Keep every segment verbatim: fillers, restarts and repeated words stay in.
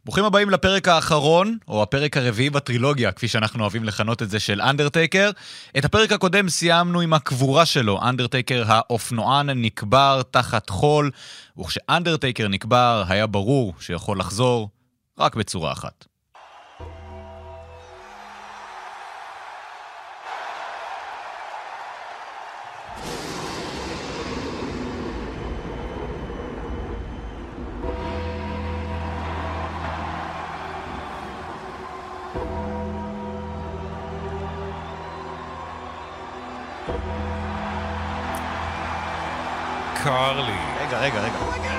ברוכים הבאים לפרק האחרון, או הפרק הרביעי בטרילוגיה, כפי שאנחנו אוהבים לכנות את זה, של אנדרטייקר. את הפרק הקודם סיימנו עם הקבורה שלו. אנדרטייקר האופנוען נקבר תחת חול, וכשאנדרטייקר נקבר היה ברור שיכול לחזור רק בצורה אחת. קרלי. רגע, רגע, רגע.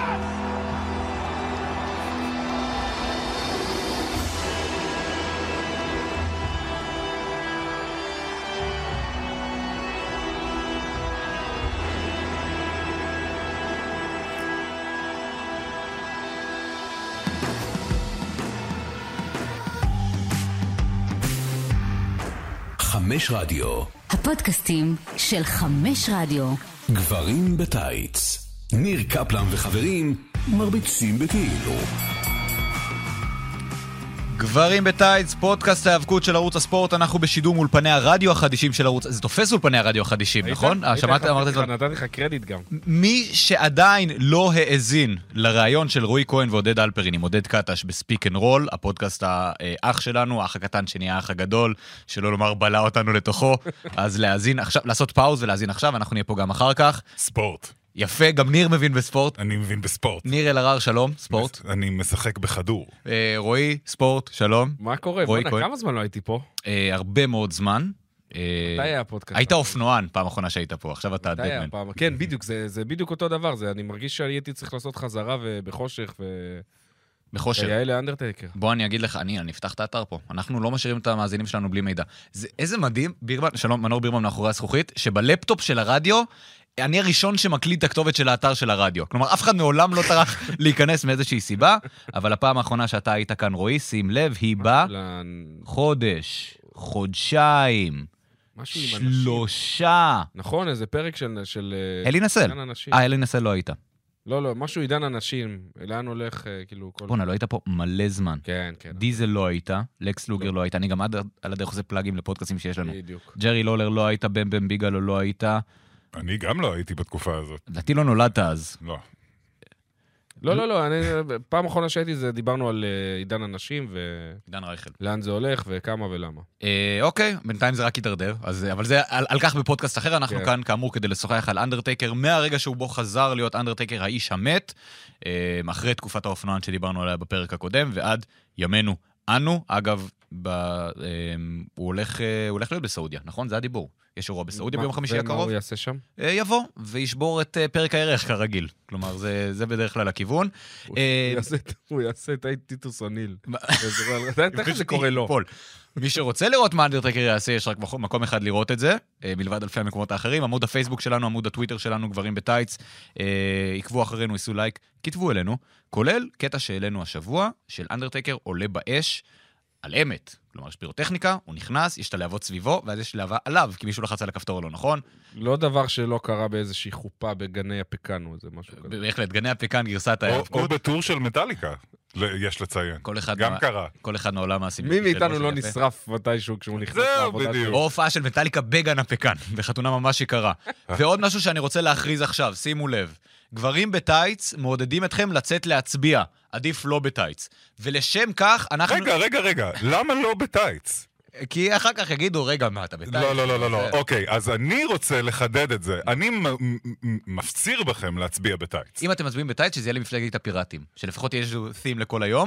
חמש רדיו. הפודקאסטים של חמש רדיו. גברים בטייץ. ניר קפלן וחברים מרביצים בכאילו. גברים בטייץ, פודקאסט ההיאבקות של ערוץ הספורט. אנחנו בשידור אולפני הרדיו החדישים של ערוץ... זה תופס אולפני הרדיו החדישים, נכון? שמעת, אמרת את זה? נתתי לך קרדיט גם. מי שעדיין לא האזין לראיון של רועי כהן ועודד אלפרין עם עודד קטש בספיק אנד רול, הפודקאסט האח שלנו, האח הקטן שנהיה האח הגדול, שלא לומר בלה אותנו לתוכו, אז להאזין עכשיו, לעשות פאוז ולהאזין עכשיו, אנחנו נהיה פה גם אחר כך. ספורט. יפה, גם ניר מבין בספורט. אני מבין בספורט. ניר אלהרר, שלום, ספורט. אני משחק בכדור. אה, רועי, ספורט, שלום. מה קורה? בוא'נה, כמה זמן לא הייתי פה? אה, הרבה מאוד זמן. מתי היה הפודקאסט? היית אופנוען פעם אחרונה שהיית פה, עכשיו אתה דדמן. כן, בדיוק, זה בדיוק אותו דבר. אני מרגיש שהייתי צריך לעשות חזרה ובחושך ו... בחושך. היה אלה אנדרטייקר. בוא אני אגיד לך, אני נפתח את האתר פה. אנחנו לא משאירים את המאזינים שלנו בלי מידע. איזה מדהים, בירמן, שלום, מנור בירמן מאחורי הזכוכית, שבלפטופ של הרדיו, אני הראשון שמקליד את הכתובת של האתר של הרדיו. כלומר, אף אחד מעולם לא טרח להיכנס מאיזושהי סיבה, אבל הפעם האחרונה שאתה היית כאן, רועי, שים לב, היא בא חודש, חודשיים, שלושה. נכון, איזה פרק של... אלי נסל. אה, אלי נסל לא היית. לא, לא, משהו עידן אנשים, לאן הולך, כאילו... בונה, לא היית פה מלא זמן. כן, כן. דיזל לא היית, לקס לוגר לא היית, אני גם עד על הדרך עושה פלאגים לפודקאסטים שיש לנו. בדיוק. ג'רי לולר לא היית, בם בם ביגלו לא היית. אני גם לא הייתי בתקופה הזאת. לדעתי לא נולדת אז. לא. לא, לא, לא, אני, פעם אחרונה שהייתי זה דיברנו על עידן אנשים ו... עידן רייכל. לאן זה הולך וכמה ולמה. אה, אוקיי, בינתיים זה רק יתדרדר, אז, אבל זה על, על כך בפודקאסט אחר, אנחנו כן. כאן כאמור כדי לשוחח על אנדרטייקר, מהרגע שהוא בו חזר להיות אנדרטייקר האיש המת, אה, אחרי תקופת האופנוען שדיברנו עליה בפרק הקודם, ועד ימינו אנו, אגב, ב, אה, הוא, הולך, אה, הוא הולך להיות בסעודיה, נכון? זה הדיבור. יש אירוע בסעודיה ביום חמישי הקרוב. ומה הוא יעשה שם? יבוא וישבור את פרק הערך כרגיל. כלומר, זה, זה בדרך כלל הכיוון. הוא יעשה את טיטוס אוניל. איך זה קורה לו? מי שרוצה לראות מה אנדרטייקר יעשה, יש רק מקום אחד לראות את זה, מלבד אלפי המקומות האחרים. עמוד הפייסבוק שלנו, עמוד הטוויטר שלנו, גברים בטייץ. עקבו אחרינו, עשו לייק, כתבו אלינו, כולל קטע שאלינו השבוע, של אנדרטייקר עולה באש, על אמת. כלומר, יש פירוטכניקה, הוא נכנס, יש את הלהבות סביבו, ואז יש להבה עליו, כי מישהו לחץ על הכפתור לא נכון. לא דבר שלא קרה באיזושהי חופה בגני הפקן, או איזה משהו כזה. בהחלט, גני הפקן גרסת ההיאבקות. או בטור של מטאליקה, יש לציין. גם קרה. כל אחד מעולם העשיבים. מי מאיתנו לא נשרף מתישהו כשהוא נכנס לעבודה שלו. או הופעה של מטאליקה בגן הפקן, בחתונה ממש יקרה. ועוד משהו שאני רוצה להכריז עכשיו, שימו לב. גברים בטייץ מעודדים אתכם לצאת להצביע. עדיף לא בטייץ. ולשם כך אנחנו... רגע, רגע, רגע. למה לא בטייץ? כי אחר כך יגידו, רגע, מה, אתה בטייץ? לא, לא, לא, לא, לא. אוקיי, אז אני רוצה לחדד את זה. אני מפציר בכם להצביע בטייץ. אם אתם מצביעים בטייץ, שזה יהיה למפלגת הפיראטים. שלפחות יש איזשהו תים לכל היום.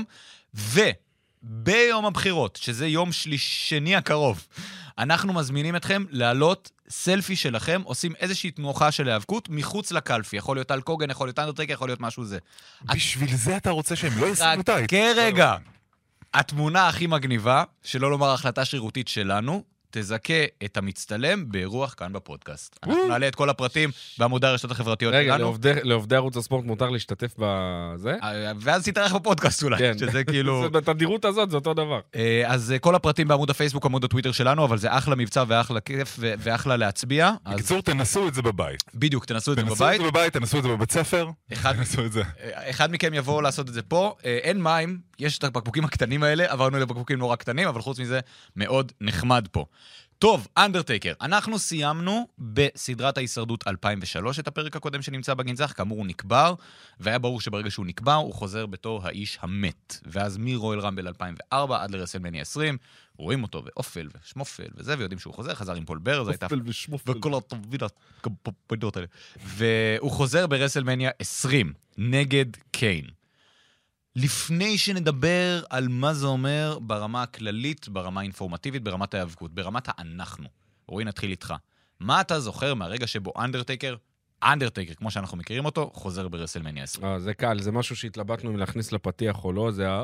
וביום הבחירות, שזה יום שני הקרוב, אנחנו מזמינים אתכם לעלות סלפי שלכם, עושים איזושהי תנוחה של ההיאבקות מחוץ לקלפי. יכול להיות על קוגן, יכול להיות אנדרטייקר, יכול להיות משהו זה. בשביל זה אתה רוצה שהם לא ישימו טייץ. כרגע, התמונה הכי מגניבה, שלא לומר החלטה שרירותית שלנו, תזכה את המצטלם באירוח כאן בפודקאסט. אנחנו נעלה את כל הפרטים בעמודי הרשתות החברתיות שלנו. רגע, לעובדי ערוץ הספורט מותר להשתתף בזה? ואז תתארח בפודקאסט אולי, שזה כאילו... בתדירות הזאת זה אותו דבר. אז כל הפרטים בעמוד הפייסבוק, עמוד הטוויטר שלנו, אבל זה אחלה מבצע ואחלה כיף ואחלה להצביע. בקיצור, תנסו את זה בבית. בדיוק, תנסו את זה בבית. תנסו את זה בבית, תנסו את זה בבית ספר. אחד מכם יבוא לעשות את זה פה. אין מים, יש את הבקבוקים הקטנים האלה, עברנו לבקבוקים נורא קטנים, אבל חוץ מזה, מאוד נחמד פה. טוב, אנדרטייקר, אנחנו סיימנו בסדרת ההישרדות אלפיים ושלוש את הפרק הקודם שנמצא בגנזך, כאמור הוא נקבר, והיה ברור שברגע שהוא נקבר, הוא חוזר בתור האיש המת. ואז מרויאל רמבל אלפיים וארבע עד לרסלמניה עשרים, רואים אותו ואופל ושמופל וזה, ויודעים שהוא חוזר, חזר עם פול בר, זה הייתה... אופל ושמופל. וכל הטובינות, כפופדות האלה. והוא חוזר ברסלמניה עשרים, נגד קיין. לפני שנדבר על מה זה אומר ברמה הכללית, ברמה האינפורמטיבית, ברמת ההיאבקות, ברמת האנחנו. רואי, נתחיל איתך. מה אתה זוכר מהרגע שבו אנדרטייקר, אנדרטייקר, כמו שאנחנו מכירים אותו, חוזר ברסלמניה עשרים? אה, זה קל, זה משהו שהתלבטנו אם להכניס לפתיח או לא, זה ה...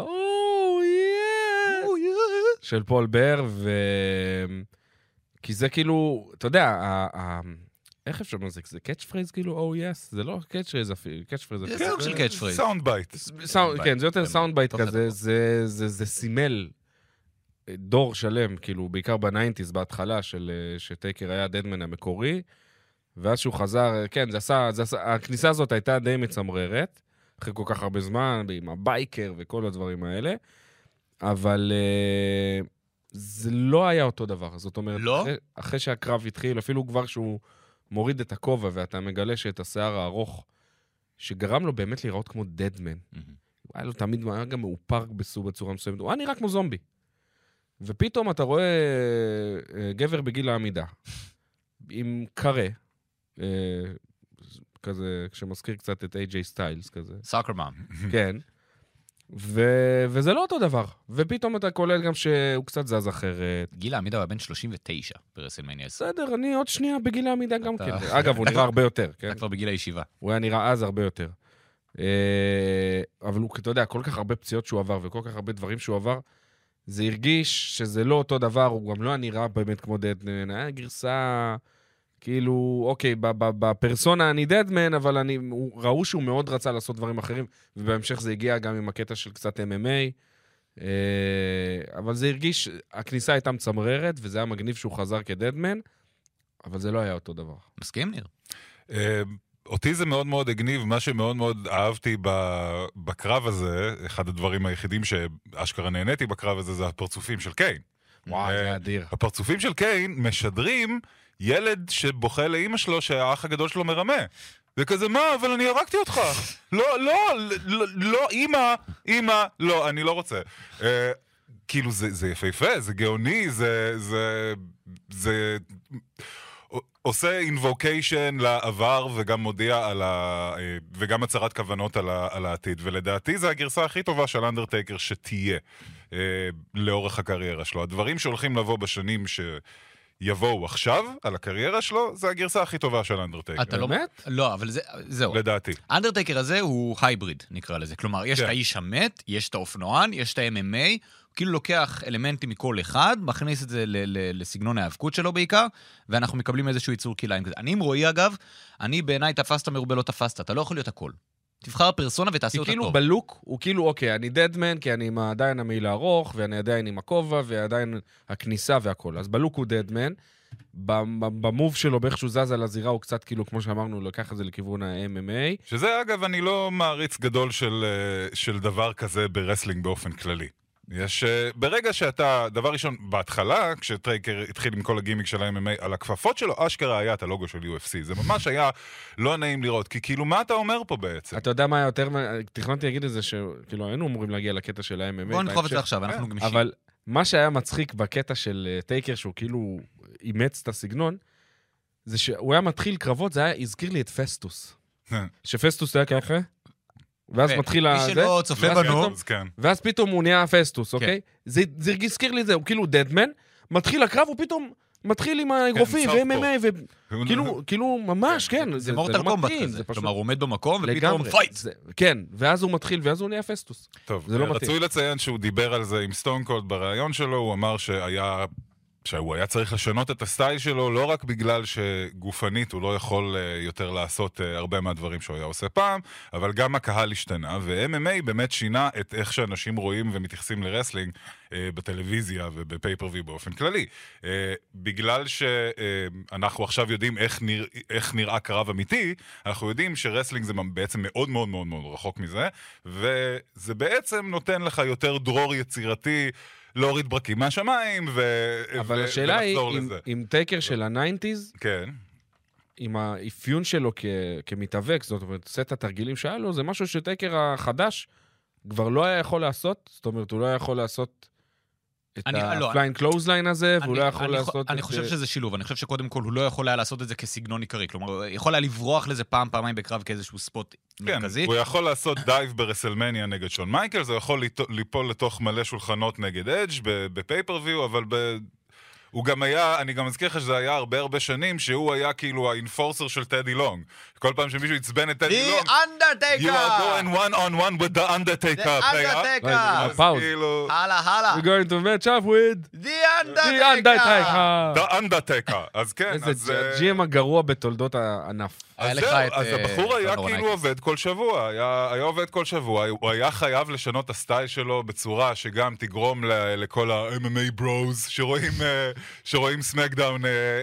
של פול בר, ו... כי זה כאילו, אתה יודע, איך אפשר לומר, זה קאץ' פרייז כאילו, או יס, זה לא קאץ' פרייז אפילו, קאץ' פרייז זה סוג של קאץ' פרייז. סאונד בייט. כן, זה יותר סאונד בייט כזה, זה סימל דור שלם, כאילו, בעיקר בניינטיז בהתחלה, שטייקר היה דדמן המקורי, ואז שהוא חזר, כן, זה עשה, הכניסה הזאת הייתה די מצמררת, אחרי כל כך הרבה זמן, עם הבייקר וכל הדברים האלה, אבל זה לא היה אותו דבר, זאת אומרת, לא? אחרי שהקרב התחיל, אפילו כבר שהוא מוריד את הכובע, ואתה מגלה שאת השיער הארוך, שגרם לו באמת להיראות כמו דדמן. הוא היה לו תמיד, הוא היה גם מאופר בסוג בצורה מסוימת, הוא היה נראה כמו זומבי. ופתאום אתה רואה גבר בגיל העמידה, עם קרה, כזה, כשמזכיר קצת את איי ג'יי סטיילס כזה. סאקרמן. כן. ו- וזה לא אותו דבר. ופתאום אתה כולל גם שהוא קצת זז אחרת. גיל העמידה היה בן שלושים ותשע ברסלמניה עשרים. בסדר, אני עוד שנייה בגיל העמידה גם אתה- כן. אגב, הוא נראה הרבה יותר, כן? אתה כבר בגיל הישיבה. הוא היה נראה אז הרבה יותר. אה, אבל הוא, אתה יודע, כל כך הרבה פציעות שהוא עבר, וכל כך הרבה דברים שהוא עבר, זה הרגיש שזה לא אותו דבר, הוא גם לא היה נראה באמת כמו דדמן, היה גרסה, כאילו, אוקיי, ב- ב- בפרסונה אני דדמן, אבל אני, הוא, ראו שהוא מאוד רצה לעשות דברים אחרים, ובהמשך זה הגיע גם עם הקטע של קצת אם אם איי, אה, אבל זה הרגיש, הכניסה הייתה מצמררת, וזה היה מגניב שהוא חזר כדדמן, אבל זה לא היה אותו דבר. מסכים, ניר? אה, אותי זה מאוד מאוד הגניב, מה שמאוד מאוד אהבתי ב- בקרב הזה, אחד הדברים היחידים שאשכרה נהניתי בקרב הזה, זה הפרצופים של קיין. וואו, אה, זה היה אדיר. הפרצופים של קיין משדרים ילד שבוכה לאמא שלו שהאח הגדול שלו מרמה. זה כזה, מה, אבל אני הרגתי אותך. לא, לא, לא, לא, אמא, אמא, לא, אני לא רוצה. אה, כאילו, זה, זה יפהפה, זה גאוני, זה, זה, זה עושה אינבוקיישן לעבר וגם מודיע על ה... וגם הצהרת כוונות על, ה, על העתיד. ולדעתי זה הגרסה הכי טובה של אנדרטייקר שתהיה אה, לאורך הקריירה שלו. הדברים שהולכים לבוא בשנים ש... יבואו עכשיו על הקריירה שלו, זה הגרסה הכי טובה של אנדרטייקר. אתה לא... באמת? לא, אבל זה... זהו. לדעתי. אנדרטייקר הזה הוא הייבריד, נקרא לזה. כלומר, יש כן. את האיש המת, יש את האופנוען, יש את ה-אם אם איי, הוא כאילו לוקח אלמנטים מכל אחד, מכניס את זה ל- ל- לסגנון ההאבקות שלו בעיקר, ואנחנו מקבלים איזשהו ייצור כליים כזה. אני עם רועי, אגב, אני בעיניי תפסת מרובה לא תפסת, אתה לא יכול להיות הכל. תבחר פרסונה ותעשה כי אותה כאילו טוב. בלוק, הוא כאילו, אוקיי, אני דדמן, כי אני עם עדיין המעיל הארוך, ואני עדיין עם הכובע, ועדיין הכניסה והכל. אז בלוק הוא דדמן, במוב שלו, באיך שהוא זז על הזירה, הוא קצת כאילו, כמו שאמרנו, לקח את זה לכיוון ה-אם אם איי. שזה, אגב, אני לא מעריץ גדול של, של דבר כזה ברסלינג באופן כללי. יש, ברגע שאתה, דבר ראשון, בהתחלה, כשטרייקר התחיל עם כל הגימיק של ה-אם אם איי, על הכפפות שלו, אשכרה היה את הלוגו של יו אף סי. זה ממש היה לא נעים לראות, כי כאילו, מה אתה אומר פה בעצם? אתה יודע מה היה יותר, תכננתי להגיד את זה, שכאילו, היינו אמורים להגיע לקטע של ה-אם אם איי. בואו נדחוף את זה עכשיו, אנחנו גמישים. אבל מה שהיה מצחיק בקטע של טייקר, שהוא כאילו אימץ את הסגנון, זה שהוא היה מתחיל קרבות, זה היה, הזכיר לי את פסטוס. שפסטוס היה ככה, ואז מתחיל מי שלא צופה בנו, כן. ואז פתאום הוא נהיה פסטוס, אוקיי? זה הזכיר לי את זה, הוא כאילו דדמן, מתחיל הקרב, הוא פתאום מתחיל עם האגרופים, ו-אם אם איי, וכאילו, ממש, כן. זה מורטל קומבט כזה. כלומר, הוא עומד במקום, ופתאום פייט. כן, ואז הוא מתחיל, ואז הוא נהיה פסטוס. טוב, זה לא מתאים. רצוי לציין שהוא דיבר על זה עם סטון קולד בריאיון שלו, הוא אמר שהיה שהוא היה צריך לשנות את הסטייל שלו, לא רק בגלל שגופנית הוא לא יכול uh, יותר לעשות uh, הרבה מהדברים שהוא היה עושה פעם, אבל גם הקהל השתנה, ו-אם אם איי באמת שינה את איך שאנשים רואים ומתייחסים לרסלינג uh, בטלוויזיה ובפייפר-ויו באופן כללי. Uh, בגלל שאנחנו uh, עכשיו יודעים איך, נרא, איך נראה קרב אמיתי, אנחנו יודעים שרסלינג זה בעצם מאוד מאוד מאוד מאוד רחוק מזה, וזה בעצם נותן לך יותר דרור יצירתי, להוריד ברקים מהשמיים ו... אבל ו... השאלה היא, עם, לזה. עם טייקר של ה-תשעים, כן. עם האפיון שלו כ... כמתאבק, זאת אומרת, סט התרגילים שהיה לו, זה משהו שטייקר החדש כבר לא היה יכול לעשות, זאת אומרת, הוא לא היה יכול לעשות את הפליין קלוזליין הזה, והוא לא יכול לעשות... אני חושב שזה שילוב, אני חושב שקודם כל הוא לא יכול היה לעשות את זה כסגנון עיקרי, כלומר, הוא יכול היה לברוח לזה פעם, פעמיים בקרב כאיזשהו ספוט מרכזי. כן, הוא יכול לעשות דייב ברסלמניה נגד שון מייקלס, הוא יכול ליפול לתוך מלא שולחנות נגד אדג' בפייפר-ויו, אבל ב... הוא גם היה, אני גם מזכיר לך שזה היה הרבה הרבה שנים, שהוא היה כאילו האינפורסר של טדי לונג. כל פעם שמישהו יצבן את טדי לונג, The Undertaker! You are going one on one with the Undertaker. The Undertaker! אז כאילו... הלאה, הלאה. We're going to match up with... The The Undertaker! The Undertaker. אז כן, אז... איזה ג'י אם הגרוע בתולדות הענף. היה לך את... אז הבחור היה כאילו עובד כל שבוע, היה עובד כל שבוע, הוא היה חייב לשנות את הסטייל שלו בצורה שגם תגרום לכל ה-אם אם איי ברוז שרואים סמקדאון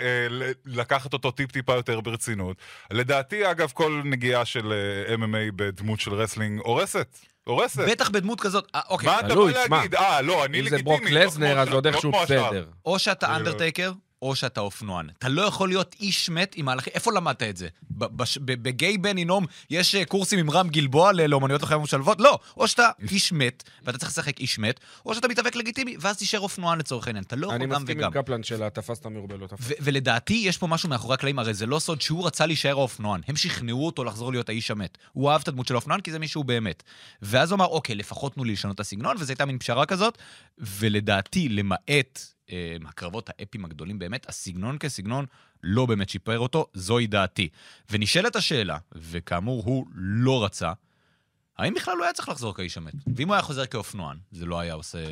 לקחת אותו טיפ-טיפה יותר ברצינות. לדעתי, אגב, כל נגיעה של אם אם איי בדמות של רסלינג הורסת. הורסת. בטח בדמות כזאת, אוקיי. מה אתה בוא להגיד? אה, לא, אני לגיטימי. אם זה ברוק לזנר, אז עוד איכשהו בסדר. או שאתה אנדרטייקר, או שאתה אופנוען. אתה לא יכול להיות איש מת עם מהלכים. איפה למדת את זה? בגיי בן אינום יש קורסים עם רם גלבוע לאומנויות לחיים ומשלבות? לא. או שאתה איש מת, ואתה צריך לשחק איש מת, או שאתה מתאבק לגיטימי, ואז תישאר אופנוען לצורך העניין. אתה לא יכול גם וגם. אני מסכים עם קפלן של התפסת מרובה לא תפסת. ולדעתי יש פה משהו מאחורי הקלעים, הרי זה לא סוד שהוא רצה להישאר האופנוען. הם שכנעו אותו לחזור להיות האיש המת. הוא אהב את הדמות של האופנוען כי זה מישהו באמת. ואז הוא אמר, אוקיי, לפחות תנו לי לשנות את הסגנון, וזו הייתה מין פשרה כזאת. ולדעתי, למעט הקרבות האפים הגדולים באמת, הסגנון כסגנון לא באמת שיפר אותו, זוהי דעתי. ונשאלת השאלה, וכאמור הוא לא רצה, האם בכלל לא היה צריך לחזור כאיש המת? ואם הוא היה חוזר כאופנוען, זה לא היה עושה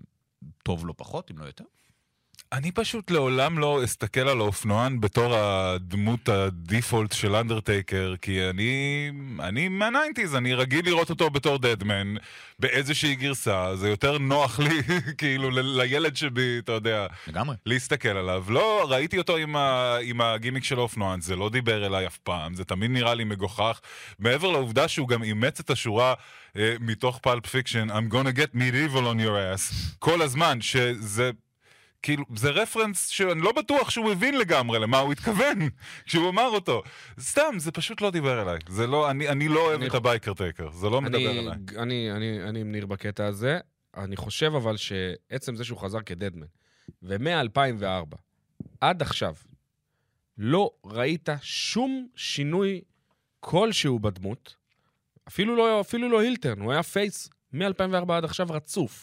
טוב לא פחות, אם לא יותר? אני פשוט לעולם לא אסתכל על האופנוען בתור הדמות הדיפולט של אנדרטייקר, כי אני, אני מהניינטיז, אני רגיל לראות אותו בתור דדמן, באיזושהי גרסה, זה יותר נוח לי, כאילו, ל- לילד שבי, אתה יודע, לגמרי. להסתכל עליו. לא, ראיתי אותו עם, ה- עם הגימיק של האופנוען, זה לא דיבר אליי אף פעם, זה תמיד נראה לי מגוחך, מעבר לעובדה שהוא גם אימץ את השורה אה, מתוך פלפ פיקשן, I'm gonna get medieval on your ass, כל הזמן, שזה... כאילו, זה רפרנס שאני לא בטוח שהוא הבין לגמרי למה הוא התכוון כשהוא אמר אותו. סתם, זה פשוט לא דיבר אליי. זה לא, אני, אני לא אוהב את הבייקר טייקר. זה לא מדבר אליי. אני, אני, אני עם ניר בקטע הזה. אני חושב אבל שעצם זה שהוא חזר כדדמן, ומ-אלפיים וארבע עד עכשיו, לא ראית שום שינוי כלשהו בדמות, אפילו לא, אפילו לא הילטרן, הוא היה פייס מ-אלפיים וארבע עד עכשיו רצוף.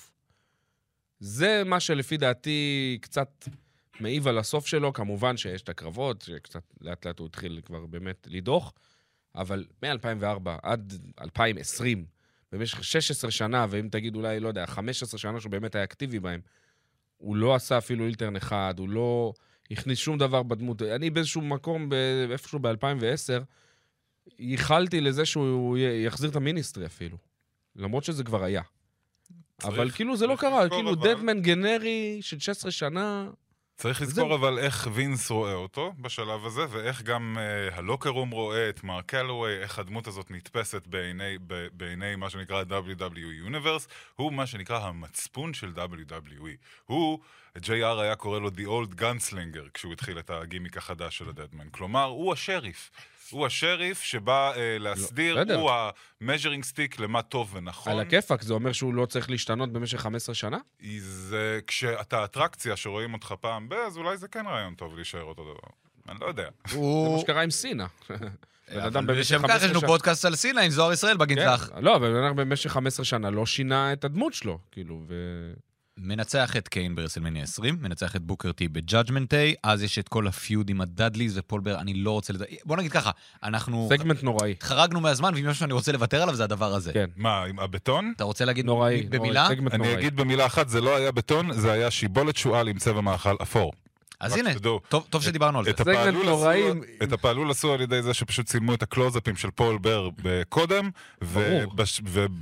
זה מה שלפי דעתי קצת מעיב על הסוף שלו, כמובן שיש את הקרבות, שקצת לאט לאט הוא התחיל כבר באמת לדוח, אבל מ-אלפיים וארבע עד אלפיים ועשרים, במשך שש עשרה שנה, ואם תגיד אולי, לא יודע, חמש עשרה שנה שהוא באמת היה אקטיבי בהם, הוא לא עשה אפילו אילטרן אחד, הוא לא הכניס שום דבר בדמות. אני באיזשהו מקום, איפשהו ב-אלפיים ועשר, ייחלתי לזה שהוא יחזיר את המיניסטרי אפילו, למרות שזה כבר היה. אבל כאילו זה לא קרה, כאילו דדמן גנרי של שש עשרה שנה... צריך לזכור אבל איך וינס רואה אותו בשלב הזה, ואיך גם הלוקר רום רואה את מרק קלווי, איך הדמות הזאת נתפסת בעיני מה שנקרא דאבליו דאבליו אי Universe, הוא מה שנקרא המצפון של דאבליו דאבליו אי. הוא, ג'יי אר היה קורא לו The Old Gunslinger, כשהוא התחיל את הגימיק החדש של הדדמן. כלומר, הוא השריף. הוא השריף שבא אה, להסדיר, לא, הוא המז'רינג סטיק למה טוב ונכון. על הכיפק, זה אומר שהוא לא צריך להשתנות במשך חמש עשרה שנה? זה, כשאתה אטרקציה שרואים אותך פעם ב, אז אולי זה כן רעיון טוב להישאר אותו דבר. אני לא יודע. זה מה שקרה עם סינה. בשם כך יש לנו פודקאסט על סינה עם זוהר ישראל בגנצח. לא, אבל במשך חמש עשרה שנה לא שינה את הדמות שלו, כאילו, ו... מנצח את קיין ברסלמניה עשרים, מנצח את בוקר טי בג'אג'מנט איי, אז יש את כל הפיוד עם הדאדליז ופולבר, אני לא רוצה לדבר... בוא נגיד ככה, אנחנו... סגמנט נוראי. חרגנו מהזמן, ואם משהו שאני רוצה לוותר עליו, זה הדבר הזה. כן. מה, עם הבטון? אתה רוצה להגיד נוראי. במילה? נוראי, סגמנט אני נוראי. אגיד במילה אחת, זה לא היה בטון, זה היה שיבולת שועל עם צבע מאכל אפור. אז רק הנה, שתדעו. טוב, טוב שדיברנו על זה. את סגמנט הפעלול נוראי. עשו- את הפעלול עשו על ידי זה שפשוט צילמו את הקלוזאפים של פול בר קודם, ובש-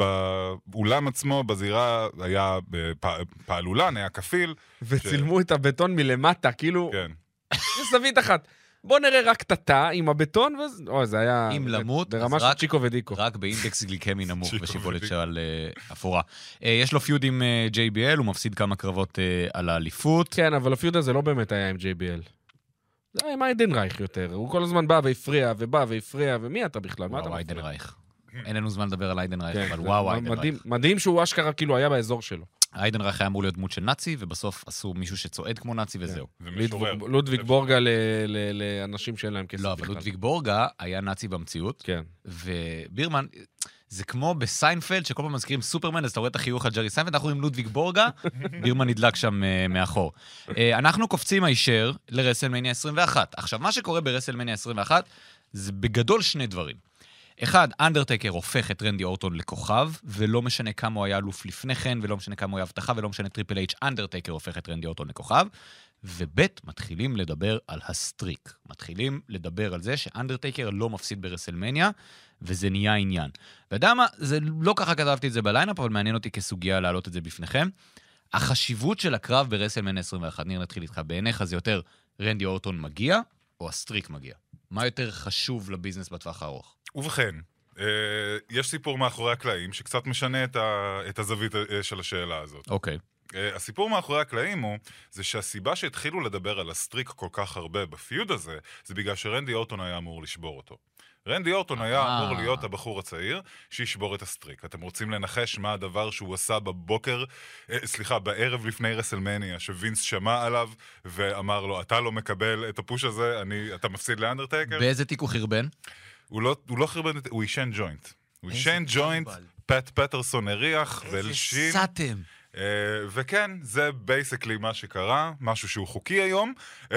ובאולם עצמו, בזירה, היה פ- פעלולן, היה כפיל. וצילמו את הבטון מלמטה, כאילו, כן. יש זווית אחת. בוא נראה רק את התא עם הבטון, וזה... אוי, זה היה... אם למות, ברמה אז של רק- צ'יקו ודיקו. רק באינדקס גליקמי נמוך צ'יקו בשיבולת ודיקו. של אה, אפורה. אה, יש לו פיוד עם אה, ג'יי בי אל, הוא מפסיד כמה קרבות אה, על האליפות. כן, אבל הפיוד הזה לא באמת היה עם ג'יי בי אל. זה היה עם איידנרייך יותר. הוא כל הזמן בא והפריע, ובא והפריע, ומי אתה בכלל? מה אתה וואו, מפריע? איידנרייך. אין לנו זמן לדבר על איידנרייך, כן, אבל זה וואו, מדהים- איידנרייך. מדהים שהוא אשכרה כאילו היה באזור שלו. איידנרייך היה אמור להיות דמות של נאצי, ובסוף עשו מישהו שצועד כמו נאצי וזהו. ומשורר. לודוויג- לודוויג בורגה ל- ל- לאנשים שאין להם כסף לא, אבל בכלל. לודוויג בורגה היה נאצי במציאות, כן. ובירמן, זה כמו בסיינפלד, שכל פעם מזכירים סופרמן, אז אתה רואה את החיוך על ג'רי סיינפלד, אנחנו רואים לודוויג בורגה, בירמן נדלק שם uh, מאחור. Uh, אנחנו קופצים הישר לרסלמניה עשרים ואחת. עכשיו, מה שקורה ברסלמניה עשרים ואחת, זה בגדול שני דברים. אחד, אנדרטקר הופך את רנדי אורטון לכוכב, ולא משנה כמה הוא היה אלוף לפני כן, ולא משנה כמה הוא היה הבטחה, ולא משנה טריפל אייץ', אנדרטקר הופך את רנדי אורטון לכוכב. ובית, מתחילים לדבר על הסטריק. מתחילים לדבר על זה שאנדרטייקר לא מפסיד ברסלמניה, וזה נהיה עניין. ויודע מה, זה לא ככה כתבתי את זה בליינאפ, אבל מעניין אותי כסוגיה להעלות את זה בפניכם. החשיבות של הקרב ברסלמניה עשרים ואחת, ניר נתחיל איתך, בעיניך זה יותר רנדי אורטון מגיע, או הסטריק מגיע? מה יותר חשוב לביזנס בטווח הארוך? ובכן, אה, יש סיפור מאחורי הקלעים שקצת משנה את ה- את הזווית אה, של השאלה הזאת. אוקיי. Uh, הסיפור מאחורי הקלעים הוא, זה שהסיבה שהתחילו לדבר על הסטריק כל כך הרבה בפיוד הזה, זה בגלל שרנדי אורטון היה אמור לשבור אותו. רנדי אורטון היה אה. אמור להיות הבחור הצעיר שישבור את הסטריק. אתם רוצים לנחש מה הדבר שהוא עשה בבוקר, אה, סליחה, בערב לפני רסלמניה, שווינס שמע עליו ואמר לו, אתה לא מקבל את הפוש הזה, אני, אתה מפסיד לאנדרטייקר? באיזה תיק הוא חרבן? הוא לא, הוא לא חרבן, הוא עישן ג'וינט. הוא איזה עישן ג'וינט, טמבל. פט פטרסון הריח והלשין. סאטם. Uh, וכן, זה בייסקלי מה שקרה, משהו שהוא חוקי היום.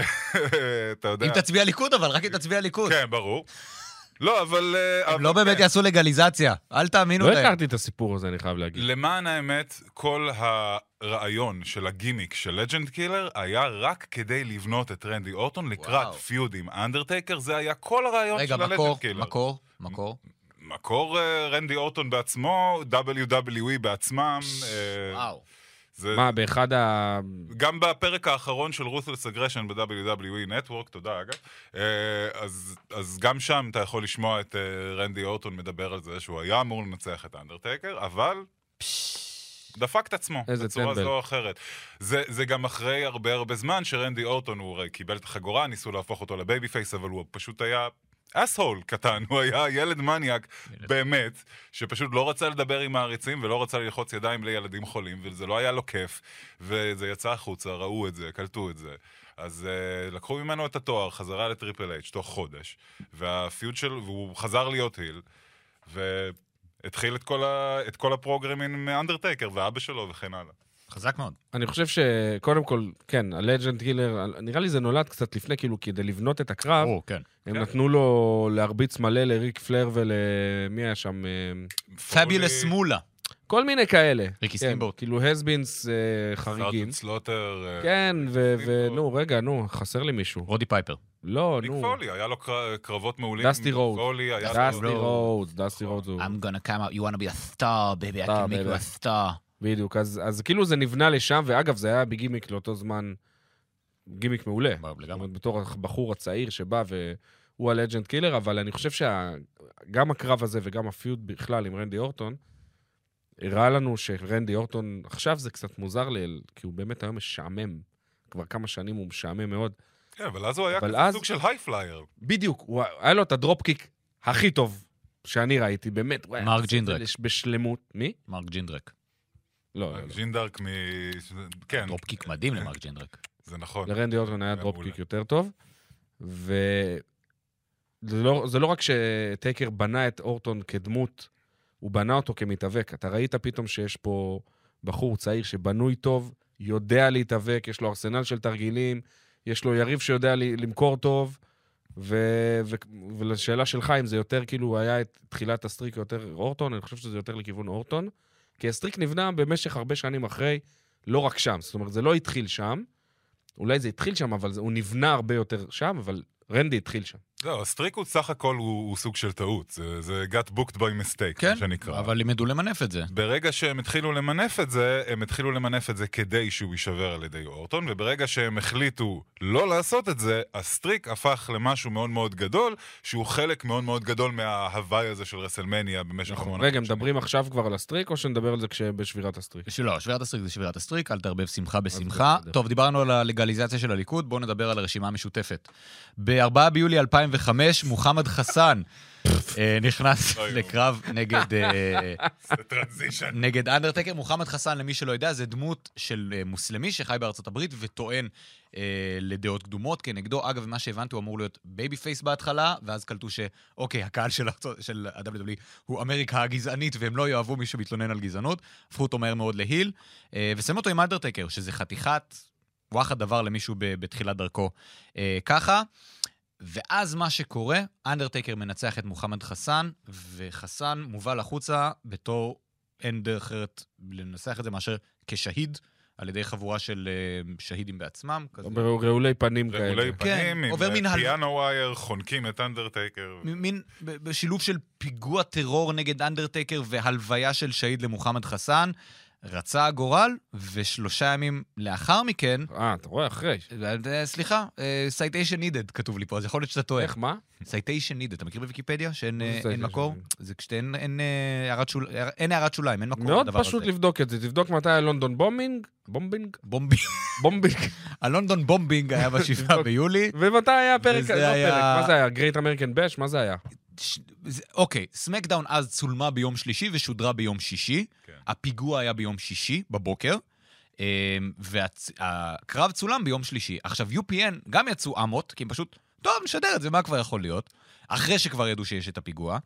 אתה יודע. אם תצביע ליכוד, אבל רק אם תצביע ליכוד. כן, ברור. לא, אבל... uh, הם אבל לא באמת כן. יעשו לגליזציה. אל תאמינו לא להם. הכרתי את הסיפור הזה, אני חייב להגיד. למען האמת, כל הרעיון של הגימיק של לג'נד קילר היה רק כדי לבנות את רנדי אורטון לקראת וואו. פיוד עם אנדרטייקר, זה היה כל הרעיון רגע, של הלג'נד מקור, קילר. מקור, מקור. מקור uh, רנדי אורטון בעצמו, דאבליו דאבליו אי בעצמם. uh, וואו. זה... מה, באחד ה... גם בפרק האחרון של Ruthless Aggression ב-דאבליו דאבליו אי Network, תודה אגב, אה, אז, אז גם שם אתה יכול לשמוע את אה, רנדי אורטון מדבר על זה שהוא היה אמור לנצח את האנדרטייקר, אבל דפק את עצמו איזה בצורה טמבל. זו או אחרת. זה, זה גם אחרי הרבה הרבה זמן שרנדי אורטון הוא הרי קיבל את החגורה, ניסו להפוך אותו לבייבי פייס, אבל הוא פשוט היה... אסהול קטן, הוא היה ילד מניאק, באמת, שפשוט לא רצה לדבר עם מעריצים ולא רצה ללחוץ ידיים לילדים חולים, וזה לא היה לו כיף, וזה יצא החוצה, ראו את זה, קלטו את זה. אז uh, לקחו ממנו את התואר, חזרה לטריפל אייץ' תוך חודש, והפיוד של, והוא חזר להיות היל, והתחיל את כל, ה, את כל הפרוגרמים מאנדרטייקר, ואבא שלו וכן הלאה. חזק מאוד. אני חושב שקודם כל, כן, הלג'נד קילר, נראה לי זה נולד קצת לפני, כאילו, כדי לבנות את הקרב, או, כן. הם כן. נתנו לו להרביץ מלא לריק פלר ולמי היה שם? אה, פאביולס מולה. כל מיני כאלה. ריקי כן, סטימבוט. כאילו הסבינס אה, חריגים. סלוטר, אה, כן, ו- סטימבוט. ונו, רגע, נו, חסר לי מישהו. רודי פייפר. לא, ניק נו. פולי, היה לו קר- קרבות מעולים. דסטי רוד. פולי, היה דסטי לו... רודס, דסטי רודס. הוא- I'm gonna come out, you wanna be a star, baby, I Star, can make you baby. a star. בדיוק, אז, אז כאילו זה נבנה לשם, ואגב, זה היה בגימיק לאותו זמן, גימיק מעולה. זאת לגמרי. אומרת, בתור הבחור הצעיר שבא והוא הלג'נד קילר, אבל אני חושב שגם הקרב הזה וגם הפיוד בכלל עם רנדי אורטון, הראה לנו שרנדי אורטון, עכשיו זה קצת מוזר לי, כי הוא באמת היום משעמם. כבר כמה שנים הוא משעמם מאוד. כן, אבל אז הוא היה אבל כזה אז- סוג של הייפלייר. בדיוק, הוא, היה לו את הדרופקיק הכי טוב שאני ראיתי, באמת. הוא היה מרק עושה את זה ג'ינדרק. לש- בשלמות. מי? מרק ג'ינדרק. לא, לא. ג'ינדרק מ... כן, דרופקיק מדהים למרק ג'ינדרק. זה נכון. לרנדי אורטון היה היה דרופקיק מעולה. יותר טוב, וזה לא, זה לא רק שטייקר בנה את אורטון כדמות, הוא בנה אותו כמתאבק. אתה ראית פתאום שיש פה בחור צעיר שבנוי טוב, יודע להתאבק, יש לו ארסנל של תרגילים, יש לו יריב שיודע למכור טוב, ו- ו- ולשאלה שלך, אם זה יותר כאילו היה את תחילת הסטריק יותר אורטון, אני חושב שזה יותר לכיוון אורטון, כי הסטריק נבנה במשך הרבה שנים אחרי, לא רק שם, זאת אומרת, זה לא התחיל שם, אולי זה התחיל שם, אבל הוא נבנה הרבה יותר שם, אבל רנדי התחיל שם. לא, הסטריק הוא סך הכל הוא, הוא סוג של טעות, זה, זה got booked by mistake, כן, שנקרא. אבל הם ידעו למנף את זה. ברגע שהם התחילו למנף את זה, הם התחילו למנף את זה כדי שהוא יישבר על ידי אורטון, וברגע שהם החליטו לא לעשות את זה, הסטריק הפך למשהו מאוד מאוד גדול, שהוא חלק מאוד מאוד גדול מההוואי הזה של רסלמניה במשך המון. רגע, מדברים עכשיו כבר על הסטריק, או שנדבר על זה כשבשבירת הסטריק? לא, שבירת הסטריק זה שבירת הסטריק, אל תערבב שמחה בשמחה. טוב, דיברנו על הלגליזציה של הליכוד, בואו נדבר על הרשימה המשותפת. ב-ארבעה ביולי אלפיים וחמש, מוחמד חסן נכנס לקרב נגד נגד אנדרטקר. מוחמד חסן, למי שלא יודע, זה דמות של מוסלמי שחי בארצות הברית וטוען לדעות קדומות כנגדו. אגב, מה שהבנתי, הוא אמור להיות בייבי פייס בהתחלה, ואז קלטו שאוקיי, הקהל של ה-דאבליו דאבליו אי הוא אמריקה הגזענית, והם לא יאהבו מי שמתלונן על גזענות. הפכו אותו מהר מאוד להיל, ושמו אותו עם אנדרטקר, שזה חתיכת וואחד דבר למישהו בתחילת דרכו. ככה, ואז מה שקורה, אנדרטייקר מנצח את מוחמד חסן, וחסן מובל לחוצה בתור אין דרך אחרת לנסח את זה מאשר כשהיד, על ידי חבורה של שהידים בעצמם. רעולי פנים כאלה. רעולי פנים, עם מן פיאנו ווייר, חונקים את אנדרטייקר. מין בשילוב של פיגוע טרור נגד אנדרטייקר והלוויה של שהיד למוחמד חסן, רצה הגורל, ושלושה ימים לאחר מכן... אה, אתה רואה אחרי. סליחה, citation needed כתוב לי פה, אז יכול להיות שאתה טועה. איך, מה? citation needed, אתה מכיר בוויקיפדיה שאין מקור? זה כשאין הערת שוליים, אין מקור. מאוד פשוט לבדוק את זה, תבדוק מתי הלונדון בומבינג, בומבינג? בומבינג. בומבינג. הלונדון בומבינג היה בשבעה ביולי. ומתי היה פרק? לא פרק, מה זה היה? גרייט אמריקן בש? מה זה היה? אוקיי, סמקדאון אז צולמה ביום שלישי ושודרה ביום שישי. הפיגוע היה ביום שישי בבוקר, והקרב צולם ביום שלישי. עכשיו, יו פי אן גם יצאו אמות, כי הם פשוט, טוב, נשדר את זה, מה כבר יכול להיות? אחרי שכבר ידעו שיש את הפיגוע.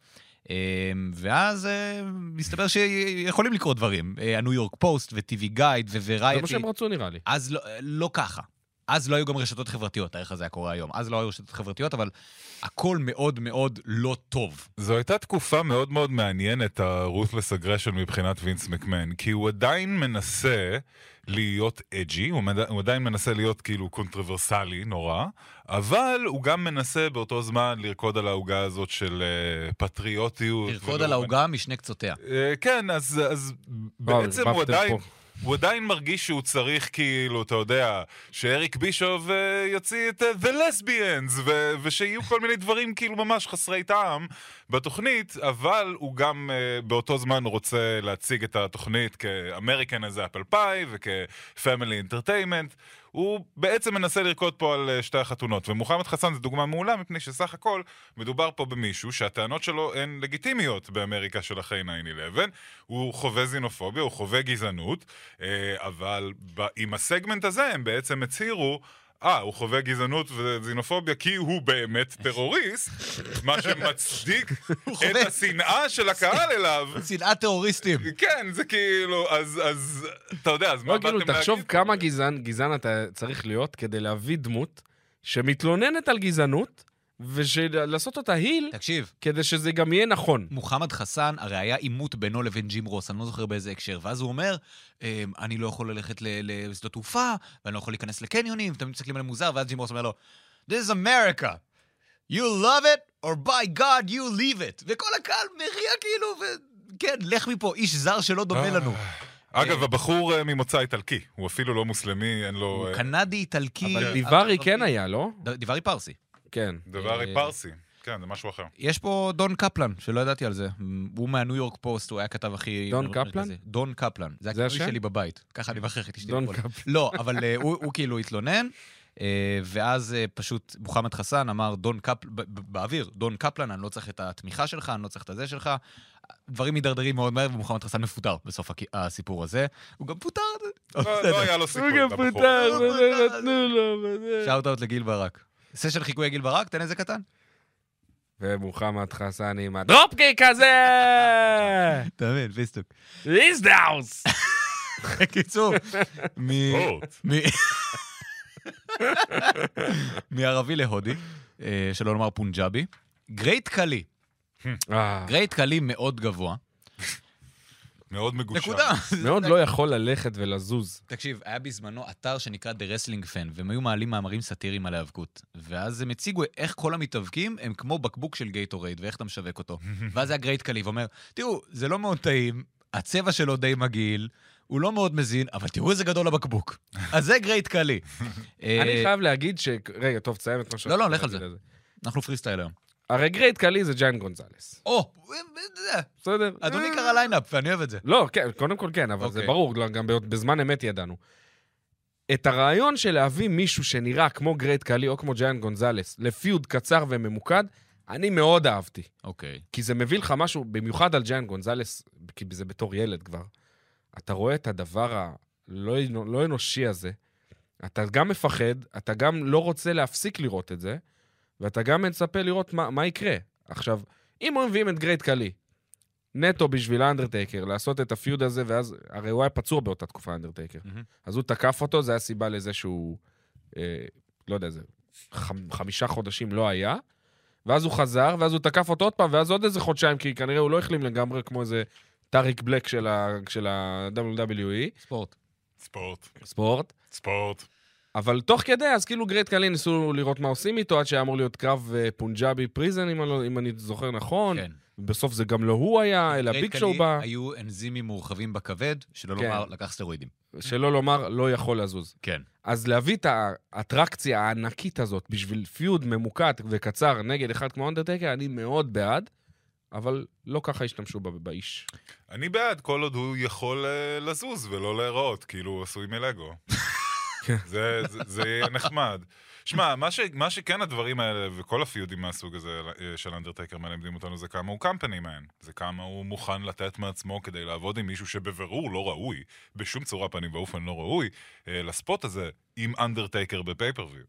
ואז מסתבר שיכולים לקרות דברים. הניו יורק פוסט וטי וי גייד ורייטי. זה מה שהם רצו נראה לי. אז לא ככה. אז לא היו גם רשתות חברתיות, איך זה היה קורה היום. אז לא היו רשתות חברתיות, אבל הכל מאוד מאוד לא טוב. זו הייתה תקופה מאוד מאוד מעניינת, ה-ruthless aggression מבחינת וינס מקמן, כי הוא עדיין מנסה להיות אג'י, הוא עדיין מנסה להיות כאילו קונטרוברסלי נורא, אבל הוא גם מנסה באותו זמן לרקוד על ההוגה הזאת של פטריוטיות. לרקוד על ההוגה משני קצותיה. כן, אז בעצם הוא עדיין... הוא עדיין מרגיש שהוא צריך, כאילו, אתה יודע, שאריק בישוב יוציא את The Lesbians, ו- ושיהיו כל מיני דברים כאילו ממש חסרי טעם בתוכנית, אבל הוא גם uh, באותו זמן רוצה להציג את התוכנית כ-American as Apple Pie וכ-Family Entertainment. הוא בעצם מנסה לרקוד פה על שתי החתונות, ומוחמד חסן זה דוגמה מעולה, מפני שסך הכל מדובר פה במישהו שהטענות שלו הן לגיטימיות באמריקה של אחרי ניין אלבן, הוא חווה זינופוביה, הוא חווה גזענות, אבל עם הסגמנט הזה הם בעצם הצהירו, אה, הוא חווה גזענות וזינופוביה כי הוא באמת טרוריסט, מה שמצדיק את השנאה של הקהל אליו. שנאת טרוריסטים. כן, זה כאילו, אז אתה יודע, אז מה באתם להגיד? תחשוב כמה גזען, גזען אתה צריך להיות כדי להביא דמות שמתלוננת על גזענות, ולעשות אותה היל, תקשיב, כדי שזה גם יהיה נכון. מוחמד חסן, הרי היה עימות בינו לבין ג'ים רוס, אני לא זוכר באיזה הקשר, ואז הוא אומר, אני לא יכול ללכת לשדות תעופה, ואני לא יכול להיכנס לקניונים, ותמיד מסתכלים עליהם מוזר, ואז ג'ים רוס אומר לו, This is America, you love it, or by God you leave it. וכל הקהל מריע כאילו, וכן, לך מפה, איש זר שלא דומה לנו. אגב, הבחור ממוצא איטלקי, הוא אפילו לא מוסלמי, אין לו... הוא קנדי, איטלקי. אבל דיברי כן היה, לא? דיברי פרסי. כן. דברי פרסי. כן, זה משהו אחר. יש פה דון קפלן, שלא ידעתי על זה. הוא מהניו יורק פוסט, הוא היה כתב הכי... דון קפלן? דון קפלן. זה הכינוי שלי בבית. ככה אני מכריח את אשתי. דון קפלן. לא, אבל הוא כאילו התלונן, ואז פשוט מוחמד חסן אמר, דון קפלן, באוויר, דון קפלן, אני לא צריך את התמיכה שלך, אני לא צריך את הזה שלך. דברים מדרדרים מאוד מהר, ומוחמד חסן מפוטר בסוף הסיפור הזה. הוא גם פוטר. לא היה לו סיכוי. הוא גם פוטר, נתנו לו. שאוט-אוט לגיל ברק. סשן חיקוי גיל ברק, תן איזה קטן. ומוחמד חסן עם הדרופקיק הזה! אתה מבין, פיסטוק. איזדאוס! בקיצור, מ... ספורט. מ- מערבי להודי, אה, שלא לומר פונג'אבי. גרייט קלי. אה, גרייט קלי מאוד גבוה. מאוד מגושר. נקודה. מאוד לא יכול ללכת ולזוז. תקשיב, היה בזמנו אתר שנקרא The Wrestling Fan, והם היו מעלים מאמרים סאטיריים על ההיאבקות. ואז הם הציגו איך כל המתאבקים הם כמו בקבוק של גייטורייד, ואיך אתה משווק אותו. ואז היה גרייט קלי, ואומר, תראו, זה לא מאוד טעים, הצבע שלו די מגעיל, הוא לא מאוד מזין, אבל תראו איזה גדול הבקבוק. אז זה גרייט קלי. אני חייב להגיד ש... רגע, טוב, תסיים את מה ש... לא, לא, לך על זה. אנחנו פרי סטייל היום. הרי גרייט קלי זה ג'יין גונזלס. או, בסדר? אדוני קרא ליינאפ, ואני אוהב את זה. לא, כן, קודם כל כן, אבל זה אוקיי. ברור, גם בזמן אמת ידענו. את הרעיון של להביא מישהו שנראה כמו גרייט קלי או כמו ג'יין גונזלס, לפיוד קצר וממוקד, אני מאוד אהבתי. אוקיי. כי זה מביא לך משהו, במיוחד על ג'יין גונזלס, כי זה בתור ילד כבר. אתה רואה את הדבר הלא לא אנושי הזה, אתה גם מפחד, אתה גם לא רוצה להפסיק לראות את זה, ואתה גם מצפה לראות מה, מה יקרה. עכשיו, אם הוא מביאים את גרייט קלי, נטו בשביל האנדרטייקר, לעשות את הפיוד הזה, ואז, הרי הוא היה פצוע באותה תקופה האנדרטייקר. Mm-hmm. אז הוא תקף אותו, זה היה סיבה לזה שהוא, אה, לא יודע, זה חמ, חמישה חודשים לא היה, ואז הוא חזר, ואז הוא תקף אותו עוד פעם, ואז עוד איזה חודשיים, כי כנראה הוא לא החלים לגמרי כמו איזה טאריק בלק של ה-דאבליו דאבליו אי. ספורט. ספורט. ספורט. ספורט. אבל תוך כדי, אז כאילו גרייט קלי ניסו לראות מה עושים איתו, עד שהיה אמור להיות קרב פונג'אבי פריזן, אם אני, אם אני זוכר נכון. כן. בסוף זה גם לא הוא היה, אלא ביג שואו בא. היו אנזימים מורחבים בכבד, שלא כן. לומר לקח סטרואידים. שלא לומר, לא יכול לזוז. כן. אז להביא את האטרקציה הענקית הזאת, בשביל פיוד ממוקד וקצר נגד אחד כמו אנדרטייקר, אני מאוד בעד, אבל לא ככה השתמשו באיש. אני בעד, כל עוד הוא יכול uh, לזוז ולא להיראות, כאילו הוא עשוי מלגו. זה, זה, זה יהיה נחמד. שמע, מה, ש, מה שכן הדברים האלה, וכל הפיודים מהסוג הזה של אנדרטייקר מלמדים אותנו, זה כמה הוא קמפני מן. זה כמה הוא מוכן לתת מעצמו כדי לעבוד עם מישהו שבברור לא ראוי, בשום צורה פנים ואופן לא ראוי, לספוט הזה עם אנדרטייקר בפייפריוויו.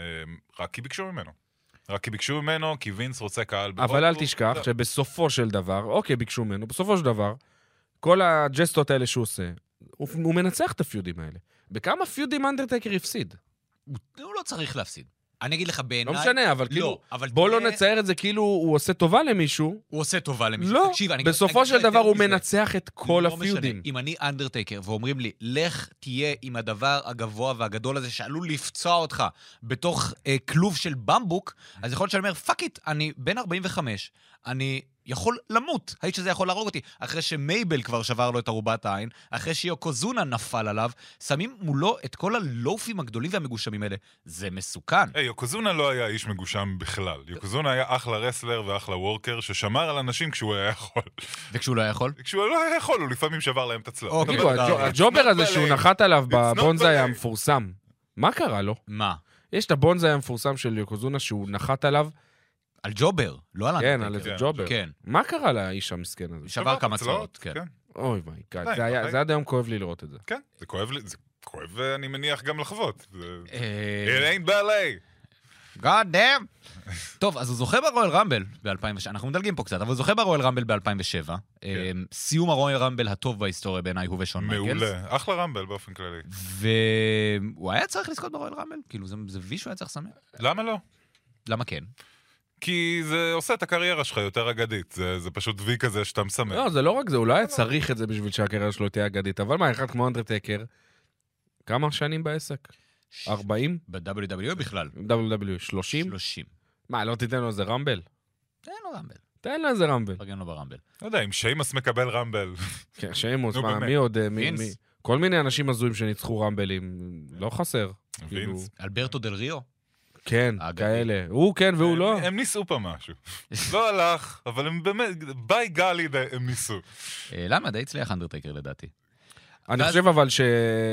רק כי ביקשו ממנו. רק כי ביקשו ממנו, כי וינס רוצה קהל בהודו. אבל אל תשכח לא. שבסופו של דבר, אוקיי, ביקשו ממנו, בסופו של דבר, כל הג'סטות האלה שהוא עושה, הוא, הוא מנצח את הפיודים האלה. בכמה פיודים אנדרטייקר הפסיד? הוא לא צריך להפסיד. אני אגיד לך בעיניי... לא משנה, אבל כאילו, לא, אבל בוא לא תראה- נצייר את זה כאילו הוא עושה טובה למישהו. הוא עושה טובה למישהו. לא, תקשיב, אני- בסופו אני של אגיד לך דבר יותר הוא מזה. מנצח את כל לא הפיודים. משנה. אם אני אנדרטייקר ואומרים לי, לך תהיה עם הדבר הגבוה והגדול הזה שעלול לפצוע אותך בתוך אה, כלוב של במבוק, אז יכול להיות שאני אומר, פאק איט, אני בן ארבעים וחמש, אני יכול למות. האיש הזה יכול להרוג אותי. אחרי שמייבל כבר שבר לו את ארובת העין, אחרי שיוקוזונה נפל עליו, שמים מולו את כל הלופים הגדולים והמגושמים האלה. זה מסוכן. היי, יוקוזונה לא היה איש מגושם בכלל. יוקוזונה היה אחלה רסלר ואחלה וורקר ששמר על אנשים כשהוא היה יכול. וכשהוא לא יכול? כשהוא לא היה יכול, הוא לפעמים שבר להם את הצלעות. אוקיי. כאילו, אבל- הג'ו- אבל- הג'ובר הזה not שהוא ballet. נחת עליו It's not בבונזאי ballet. המפורסם, מה קרה לו? מה? יש את הבונזאי המפורסם של יוקוזונה שהוא נחת עליו, על ג'ובר, לא על כן, אנדרטייקר. על איזה כן. ג'ובר. כן. מה קרה לאיש המסכן הזה? שבר כמה צלעות, כן. כן. אוי וואי, גאד, די, זה היה- די. זה עד היום כואב לי לראות את זה. כן, זה כואב לי, זה כואב ואני מניח גם לחוות. זה- אה, It ain't ballet. God damn. טוב, אז הוא זוכה ברואל רמבל ב-אלפיים ושבע, אנחנו מדלגים פה קצת, אבל הוא זוכה ברואל רמבל ב-אלפיים ושבע. סיום הרואל רמבל הטוב בהיסטוריה בעיניי הוא ושון מייקלס. מעולה. אחלה רמבל באופן כללי. והוא היה צריך לזכות ברואל רמבל? כאילו, זה זה וי שהוא היה צריך לסמן? למה לא? למה כן? כי זה עושה את הקריירה שלך יותר אגדית. זה זה פשוט וי כזה שאתה מסמן. לא, זה לא רק זה, הוא לא היה צריך את זה בשביל שהקריירה שלו תהיה אגדית, אבל מה, אחד כמו אנדרטייקר, כמה שנים בעסק? ארבעים? ב-דאבליו דאבליו בכלל. דאבליו דאבליו שלושים? שלושים. מה, לא תיתן לו איזה רמבל? תן לו רמבל. תן לו איזה רמבל. פרגן לו ברמבל. לא יודע, אם שיימס מקבל רמבל. כן, שיימוס, נו, מה, באמת. מי עוד? אה, מי- וינס. מי- כל מיני אנשים הזויים שניצחו רמבלים, לא חסר. כאילו, וינס. אלברטו דל ריו? כן, אגדי. כאלה. הוא כן והוא לא. הם ניסו פה משהו. לא הלך, אבל הם באמת, ביי גלי הם ניסו. אה, למה? די הצליח אנדרטייקר לדעתי. אני ואז- חושב אבל ש...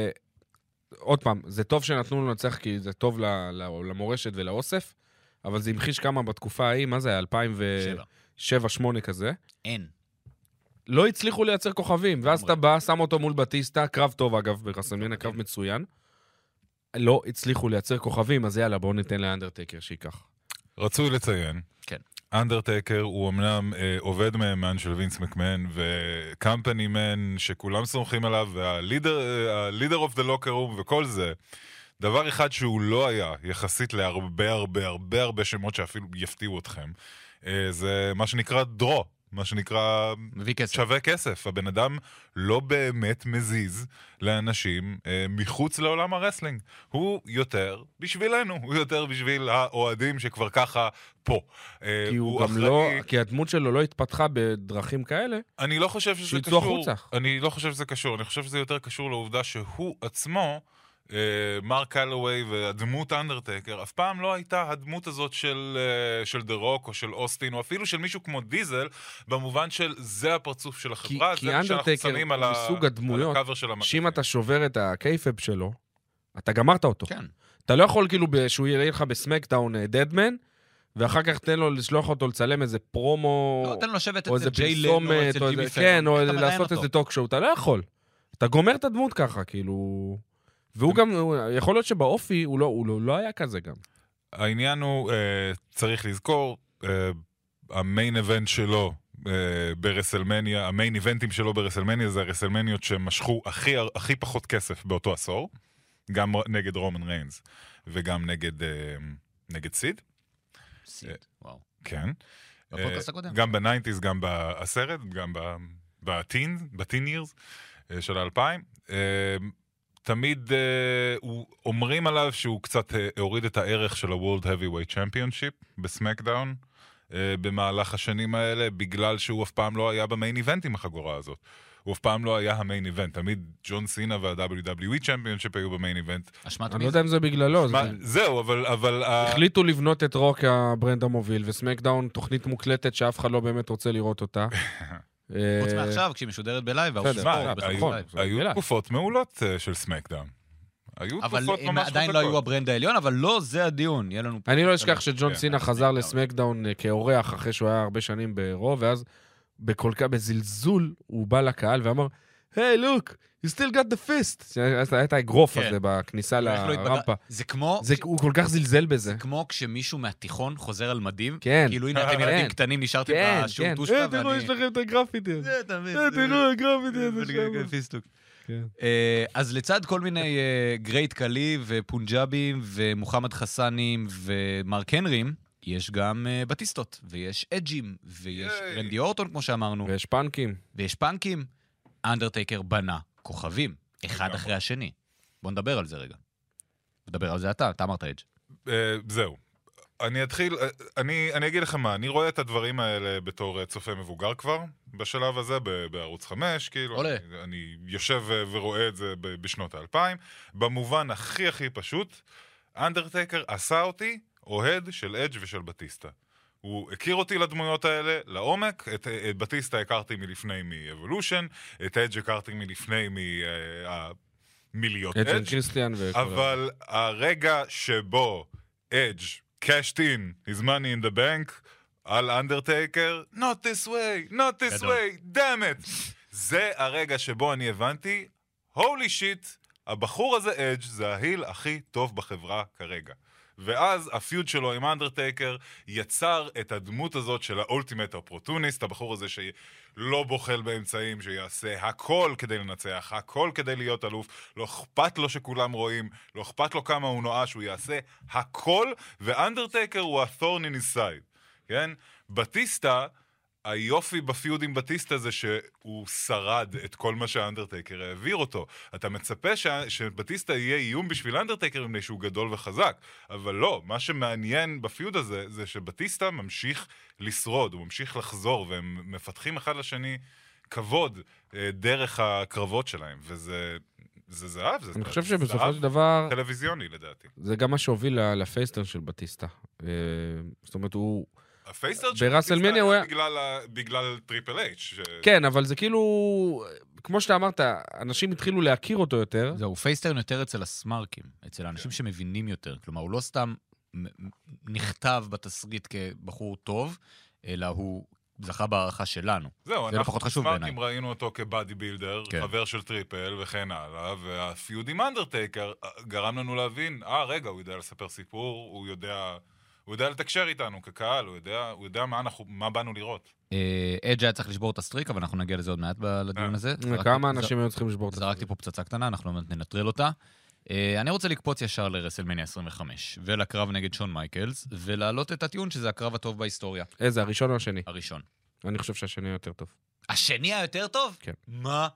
עוד פעם, זה טוב שנתנו לו לנצח, כי זה טוב ל- ל- למורשת ולאוסף, אבל זה המחיש כמה בתקופה ההיא, מה זה היה? אלפיים שבע. ושבע שמונה כזה. אין. לא הצליחו לייצר כוכבים, ואז לגמרי. אתה בא, שם אותו מול בטיסטה, קרב טוב אגב, ברסלמניה, קרב מצוין. לא הצליחו לייצר כוכבים, אז יאללה, בואו ניתן לאנדרטייקר שייקח. רצוי לציין. כן. אנדרטייקר הוא אמנם אה, עובד מהימן של וינס מקמן וקמפני מן שכולם סומכים עליו והלידר אוף דה לוקר רום וכל זה. דבר אחד שהוא לא היה יחסית להרבה הרבה הרבה הרבה שמות שאפילו יפתיעו אתכם, אה, זה מה שנקרא דרו, מה שנקרא כסף. שווה כסף. הבן אדם לא באמת מזיז לאנשים אה, מחוץ לעולם הרסלינג. הוא יותר בשבילנו, הוא יותר בשביל האוהדים שכבר ככה פה. אה, כי הוא, הוא גם אחראי... לא, כי הדמות שלו לא התפתחה בדרכים כאלה. אני לא חושב שזה שיצאו קשור. החוצה. אני לא חושב שזה קשור. אני חושב שזה יותר קשור לעובדה שהוא עצמו, מרק קלווי והדמות אנדרטייקר, אף פעם לא הייתה הדמות הזאת של, של דה רוק או של אוסטין, או אפילו של מישהו כמו דיזל, במובן של זה הפרצוף של החברה, כי, זה כי שאנחנו שמים על, מסוג הדמויות, על הקאבר של המגזין. שאם אתה שובר את הקייפאב שלו, אתה גמרת אותו. כן. אתה לא יכול כאילו שהוא יראה לך בסמקדאון דדמן, ואחר כך תן לו לשלוח אותו לצלם איזה פרומו, לא, תן לו לשבת או אצל איזה ג'יילן, או פרסומת, אצל או ג'ימי איזה- פלן. כן, או אתה מראיין לעשות אותו. איזה טוק שואו, אתה לא יכול. אתה גומר את הדמות ככה, כאילו... והוא גם, הוא- יכול להיות שבאופי הוא לא, הוא לא, לא היה כזה גם. העניין הוא, אה, צריך לזכור, אה, המיין איבנט שלו אה, ברסלמניה, המיין איבנטים שלו ברסלמניה זה הרסלמניות שמשכו הכי, הכי פחות כסף באותו עשור, גם נגד רומן ריינס וגם נגד, אה, נגד סיד. סיד, וואו. כן. בפודקאסט הקודם. גם בניינטיז, גם בעשרת, גם בטין, בטין ירס של האלפיים. תמיד אומרים עליו שהוא קצת הוריד את הערך של ה-World Heavyweight Championship בסמקדאון במהלך השנים האלה, בגלל שהוא אף פעם לא היה במיין איבנט עם החגורה הזאת. הוא אף פעם לא היה המיין איבנט. תמיד ג'ון סינה וה-דאבליו דאבליו אי Championship היו במיין איבנט. אשמת אני מי לא זה? יודע אם זה בגללו. זה- זהו, אבל... אבל החליטו לבנות את רוק הברנד המוביל, וסמקדאון תוכנית מוקלטת שאף אחד לא באמת רוצה לראות אותה. חוץ אה, מעכשיו, כשהיא משודרת בלייב, והוא בסדר, ספורט, מה, בסדר, היו- נכון. בלייב. זה היו רגילה. תקופות מעולות אה, של סמקדאון. היו אבל תקופות הם ממש עדיין לא חזקות. היו הברנד העליון, אבל לא זה הדיון. יהיה לנו... אני לא אשכח שג'ון כן, סינה כן, חזר כן. לסמקדאון אה, כאורח אחרי שהוא היה הרבה שנים ברוב, ואז בכל כך, בזלזול, הוא בא לקהל ואמר, היי, look, you still got the fist. היה את האגרוף כן. הזה בכניסה איך לא התבגר- לרמפה. זה כמו... זה- הוא כל כך זלזל בזה. זה כמו כשמישהו מהתיכון חוזר על מדים, כן. כאילו הנה אתם ילדים קטנים, נשארתם כן, בשיעור כן. טושפה, אה, תראו, יש לכם את הגרפיטי הזה. זה תמיד. אה, תראו, הגרפיטי הזה שם. פיסטוק. כן. אה, אז לצד כל מיני אה, גרייט קלי ופונג'אבים ומוחמד חסנים ומרק הנרים, יש גם אה, בטיסטות, ויש אג'ים, ויש ייי. רנדי אורטון, כמו שאמרנו, ויש פאנקים. ויש פאנקים. אנדרטייקר בנה כוכבים, אחד לגמרי. אחרי השני. בוא נדבר על זה רגע. נדבר על זה אתה, אתה אמרת אג'. אה, זהו. אני אתחיל, אה, אני, אני אגיד לכם מה, אני רואה את הדברים האלה בתור אה, צופה מבוגר כבר, בשלב הזה, ב- בערוץ חמש, כאילו, עולה. אני, אני יושב ו- ורואה את זה ב- בשנות האלפיים, במובן הכי הכי פשוט, אנדרטייקר עשה אותי אוהד של אדג' ושל בטיסטה. הוא הכיר אותי לדמויות האלה, לעומק, את, את בטיסטה הכרתי מלפני מ-Evolution, את אדג' הכרתי מלפני מלהיות אג'ן אדג', קריסטיאן וכל... אבל הרגע שבו אדג' cashed in his money in the bank על אנדרטייקר, not this way, not this גדול. way, damn it. זה הרגע שבו אני הבנתי, holy shit, הבחור הזה אדג' זה ההיל הכי טוב בחברה כרגע. ואז הפיוד שלו עם אנדרטייקר יצר את הדמות הזאת של האולטימט אופורטוניסט, הבחור הזה שלא בוחל באמצעים, שיעשה הכל כדי לנצח, הכל כדי להיות אלוף, לא אכפת לו שכולם רואים, לא אכפת לו כמה הוא נואש, הוא יעשה הכל, ואנדרטייקר הוא ה-thorn in his side, כן? בטיסטה, היופי בפיוד עם בטיסטה זה שהוא שרד את כל מה שהאנדרטייקר העביר אותו. אתה מצפה ש... שבטיסטה יהיה איום בשביל אנדרטייקר מפני שהוא גדול וחזק, אבל לא, מה שמעניין בפיוד הזה זה שבטיסטה ממשיך לשרוד, הוא ממשיך לחזור, והם מפתחים אחד לשני כבוד אה, דרך הקרבות שלהם, וזה זה זהב, זה אני זהב, חושב שבסופו זהב של דבר, טלוויזיוני לדעתי. זה גם מה שהוביל ל- לפייסטרן של בטיסטה. אה, זאת אומרת, הוא... הפייסטרד ברסלמניה בטיסטה הוא היה- בגלל, ה- בגלל טריפל אייץ'. ש... כן, אבל זה כאילו... כמו שאתה אמרת, אנשים התחילו להכיר אותו יותר. זהו, פייסטרן יותר אצל הסמארקים, אצל האנשים שמבינים יותר. כלומר, הוא לא סתם מ- מ- נכתב בתסריט כבחור טוב, אלא הוא זכה בהערכה שלנו. זהו, זה לא אנחנו פחות חשוב סמארקים בעיניי. ראינו אותו כבאדי בילדר, כן. חבר של טריפל וכן הלאה, והפיוד עם אנדרטייקר גרם לנו להבין, אה, רגע, הוא יודע לספר סיפור, הוא יודע, הוא יודע לתקשר איתנו כקהל, הוא יודע, הוא יודע מה, אנחנו, מה באנו לראות. אג' היה צריך לשבור את הסטריק, אבל אנחנו נגיע לזה עוד מעט לדיון הזה. כמה אנשים היו צריכים לשבור את הסטריק? זרקתי פה פצצה קטנה, אנחנו ננטרל אותה. אני רוצה לקפוץ ישר לרסלמניה עשרים וחמש, ולקרב נגד שון מייקלס, ולהעלות את הטיעון שזה הקרב הטוב בהיסטוריה. איזה, הראשון או השני? הראשון. אני חושב שהשני יותר טוב. השני היותר טוב? כן. מה?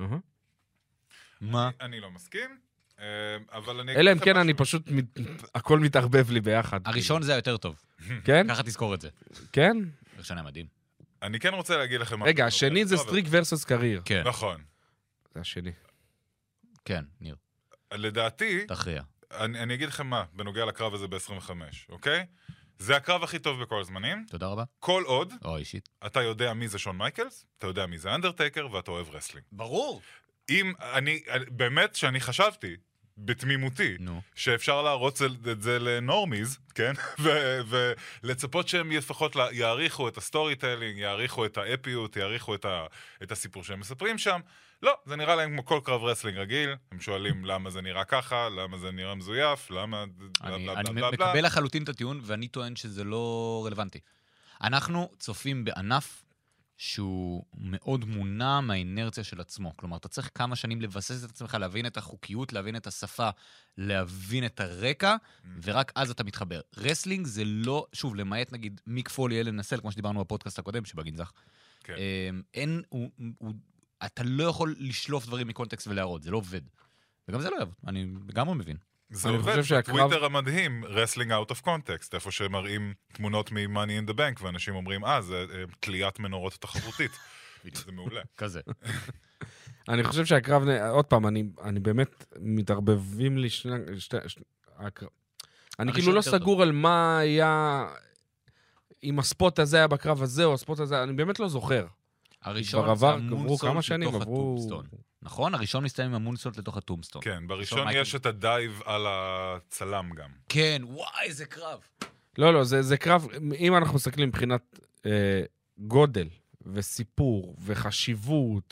מה? אני לא מסכים, אבל אני... אלא אם כן, אני פשוט, הכל מתערבב לי ביחד. הראשון זה היותר טוב. כן? ככה תזכור את זה. כן? הראשון היה מדהים. אני כן רוצה להגיד לכם... רגע, השני זה סטריק ורסוס קרייר. כן. נכון. זה השני. כן, ניר. לדעתי... תכריע. אני, אני אגיד לכם מה, בנוגע לקרב הזה ב-עשרים וחמש, אוקיי? זה הקרב הכי טוב בכל הזמנים. תודה רבה. כל עוד, או אישית. אתה יודע מי זה שון מייקלס, אתה יודע מי זה אנדרטייקר, ואתה אוהב רסלינג. ברור. אם אני, באמת שאני חשבתי, בתמימותי, נו. שאפשר להרוץ את זה לנורמיז, כן? ולצפות שהם לפחות יעריכו את הסטורי טיילינג, יעריכו את האפיות, יעריכו את, ה, את הסיפור שהם מספרים שם. לא, זה נראה להם כמו כל קרב רסלינג רגיל. הם שואלים למה זה נראה ככה, למה זה נראה מזויף, למה... אני, אני מקבל לחלוטין את הטיעון, ואני טוען שזה לא רלוונטי. אנחנו צופים בענף שהוא מאוד מונע מהאינרציה של עצמו. כלומר, אתה צריך כמה שנים לבסס את עצמך, להבין את החוקיות, להבין את השפה, להבין את הרקע, ורק אז אתה מתחבר. רסלינג זה לא, שוב, למעט נגיד מיק פולי, אלן נסל, כמו שדיברנו בפודקאסט הקודם, שבגנזך. כן. אין, הוא, הוא, אתה לא יכול לשלוף דברים מקונטקסט ולהראות, זה לא עובד. וגם זה לא עובד, אני גם לא מבין. זה עובד בטוויטר המדהים, רסלינג out of context, איפה שמראים תמונות מ-Money in the Bank, ואנשים אומרים, אה, זה תליית מנורות תחרותית. זה מעולה. כזה. אני חושב שהקרב, עוד פעם, אני באמת מתערבבים לי שני... אני כאילו לא סגור על מה היה, אם הספוט הזה היה בקרב הזה, או הספוט הזה, אני באמת לא זוכר. הראשון זה המונסולט לתוך הטומסטון. נכון? הראשון מסתיים עם המונסולט לתוך הטומסטון. כן, בראשון יש את הדייב על הצלם גם. כן, וואי, איזה קרב. לא, לא, זה קרב, אם אנחנו מסתכלים מבחינת גודל וסיפור וחשיבות,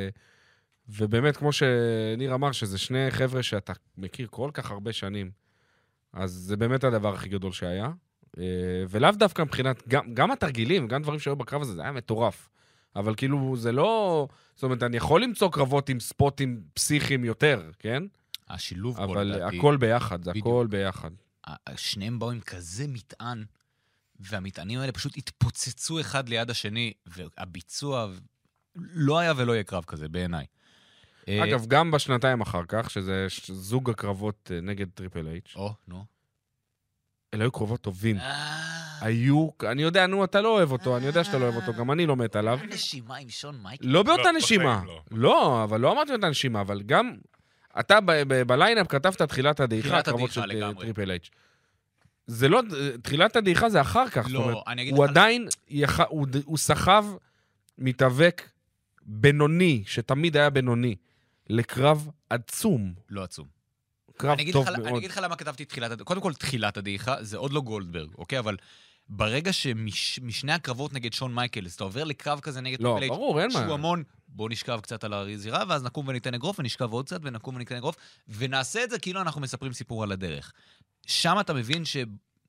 ובאמת, כמו שניר אמר, שזה שני חבר'ה שאתה מכיר כל כך הרבה שנים, אז זה באמת הדבר הכי גדול שהיה. ולאו דווקא מבחינת, גם התרגילים, גם דברים שהיו בקרב הזה, זה היה מטורף. אבל כאילו זה לא... זאת אומרת, אני יכול למצוא קרבות עם ספוטים פסיכיים יותר, כן? השילוב פה אבל לדעתי... הכל ביחד, זה הכל ביחד. שניהם באו עם כזה מטען, והמטענים האלה פשוט התפוצצו אחד ליד השני, והביצוע לא היה ולא יהיה קרב כזה, בעיניי. אגב, גם בשנתיים אחר כך, שזה זוג הקרבות נגד טריפל אייץ'. או, נו. אלה היו קרבות טובים. היו, אני יודע, נו, אתה לא אוהב אותו, אני יודע שאתה לא אוהב אותו, גם אני לא מת עליו. נשימה עם שון מייקל. לא באותה נשימה. לא, אבל לא אמרתי באותה נשימה, אבל גם, אתה בליינאפ כתבת תחילת הדעיכה, קרבות של טריפל אייץ'. זה לא, תחילת הדעיכה זה אחר כך. לא, אני אגיד לך... הוא עדיין, הוא סחב מתאבק בינוני, שתמיד היה בינוני, לקרב עצום. לא עצום. קרב טוב מאוד. אני אגיד לך למה כתבתי תחילת הדעיכה. קודם כל, תחילת הדעיכה, זה עוד לא גולדברג, אוקיי? אבל ברגע שמשני הקרבות נגד שון מייקלס, אתה עובר לקרב כזה נגד לא, ברור, אין מה. שהוא המון, בוא נשכב קצת על הזירה, ואז נקום וניתן אגרוף, ונשכב עוד קצת, ונקום וניתן אגרוף, ונעשה את זה כאילו אנחנו מספרים סיפור על הדרך. שם אתה מבין ש...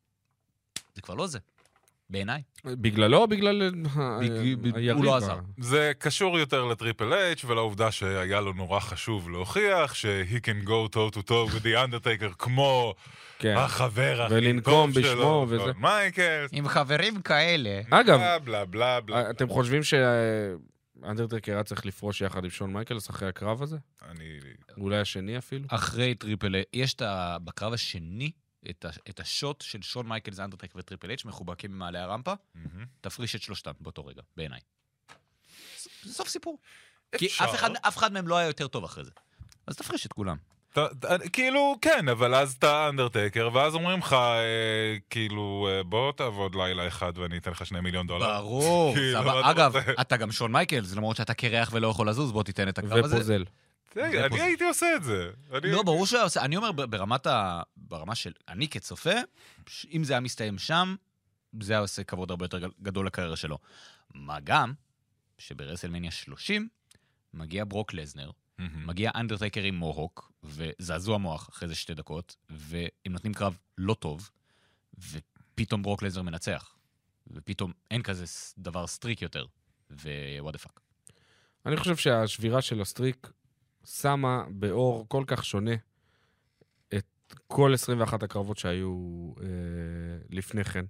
זה כבר לא זה. בעיניי. בגללו או בגלל היריב? הוא לא עזר. זה קשור יותר לטריפל אייץ' ולעובדה שהיה לו נורא חשוב להוכיח ש-he can go toe to toe with the Undertaker כמו החבר הכי טוב שלו, מייקל. עם חברים כאלה. אגב, בלה בלה בלה. אתם חושבים שאנדרטייקר היה צריך לפרוש יחד עם שון מייקלס אחרי הקרב הזה? אני... אולי השני אפילו? אחרי טריפל אייץ', יש בקרב השני את, ה- את השוט של שון מייקלס, אנדרטייקר וטריפל אייץ' מחובקים ממעלה הרמפה, מהמם. תפריש את שלושתם באותו רגע, בעיניי. זה סוף סיפור. אפשר. כי אף אחד, אף אחד מהם לא היה יותר טוב אחרי זה. אז תפריש את כולם. ת- ת- כאילו, כן, אבל אז אתה אנדרטייקר, ואז אומרים לך, אה, כאילו, אה, בוא תעבוד לילה אחד ואני אתן לך שני מיליון דולר. ברור. כאילו, סבבה. מה אתה אגב, רוצה? אתה גם שון מייקלס, למרות שאתה קרח ולא יכול לזוז, בוא תיתן את הקרב הזה. ופוזל. תראי, אני הייתי עושה את זה. אני- לא, ברור שהוא עושה. אני אומר, ברמת ה... ברמה של... אני כצופה, ש- אם זה היה מסתיים שם, זה היה עושה כבוד הרבה יותר גדול לקריירה שלו. מה גם, שברסלמניה שלושים, מגיע ברוק לזנר, מהמם. מגיע אנדרטייקר עם מוהוק, וזעזוע מוח אחרי זה שתי דקות, והם נותנים קרב לא טוב, ופתאום ברוק לזנר מנצח. ופתאום אין כזה דבר סטריק יותר. ו-what the fuck. אני חושב שהשבירה של הסטריק שמה באור כל כך שונה את כל עשרים ואחת הקרבות שהיו אה, לפני כן.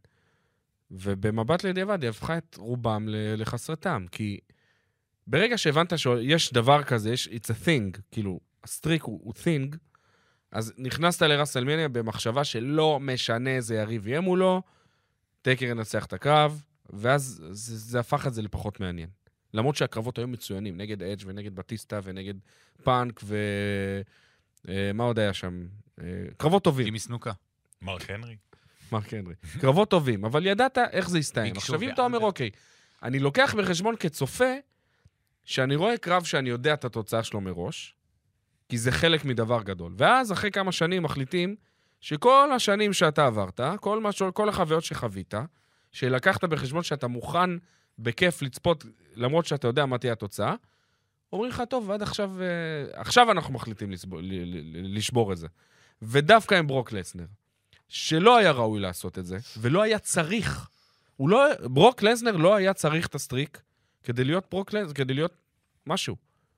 ובמבט לידיעבד היא הפכה את רובם לחסרי טעם, כי ברגע שהבנת שיש דבר כזה, יש, it's a thing, כאילו, הסטריק הוא, הוא thing, אז נכנסת לרסלמניה במחשבה שלא משנה איזה יריב יהיה מולו, טקר ינצח את הקרב, ואז זה, זה הפך את זה לפחות מעניין. למרות שהקרבות היו מצוינים, נגד אדג' ונגד בטיסטה ונגד פאנק ו... אה, מה עוד היה שם? אה, קרבות טובים. ג'ימי סנוקה. מרק הנרי. מרק הנרי. קרבות טובים, אבל ידעת איך זה יסתיים. עכשיו, אם אתה אומר, אוקיי, אני לוקח בחשבון כצופה, שאני רואה קרב שאני יודע את התוצאה שלו מראש, כי זה חלק מדבר גדול. ואז, אחרי כמה שנים, מחליטים שכל השנים שאתה עברת, כל, מה, כל החוויות שחווית, שלקחת בחשבון שאתה מוכן בכיף לצפות, למרות שאתה יודע מה תהיה התוצאה, אומרים לך, טוב, ועד עכשיו, עכשיו אנחנו מחליטים לשבור, לשבור את זה. ודווקא עם ברוק לסנר, שלא היה ראוי לעשות את זה, ולא היה צריך. הוא לא, ברוק לסנר לא היה צריך את הסטריק, כדי להיות ברוק לסנר, כדי להיות משהו.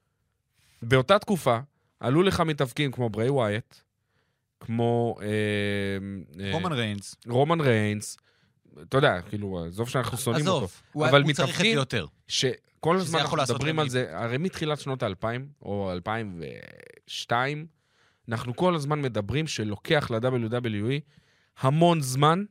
באותה תקופה, עלו לך מתאבקים כמו ברי ווייט, כמו... רומן ריינס. רומן ריינס. אתה יודע, כאילו, עזוב שאנחנו שונאים אותו. עזוב, הוא צריך את זה יותר. שכל הזמן אנחנו מדברים על זה, הרי מתחילת שנות האלפיים, או אלפיים ושתיים, אנחנו כל הזמן מדברים שלוקח ל-דאבליו דאבליו אי המון זמן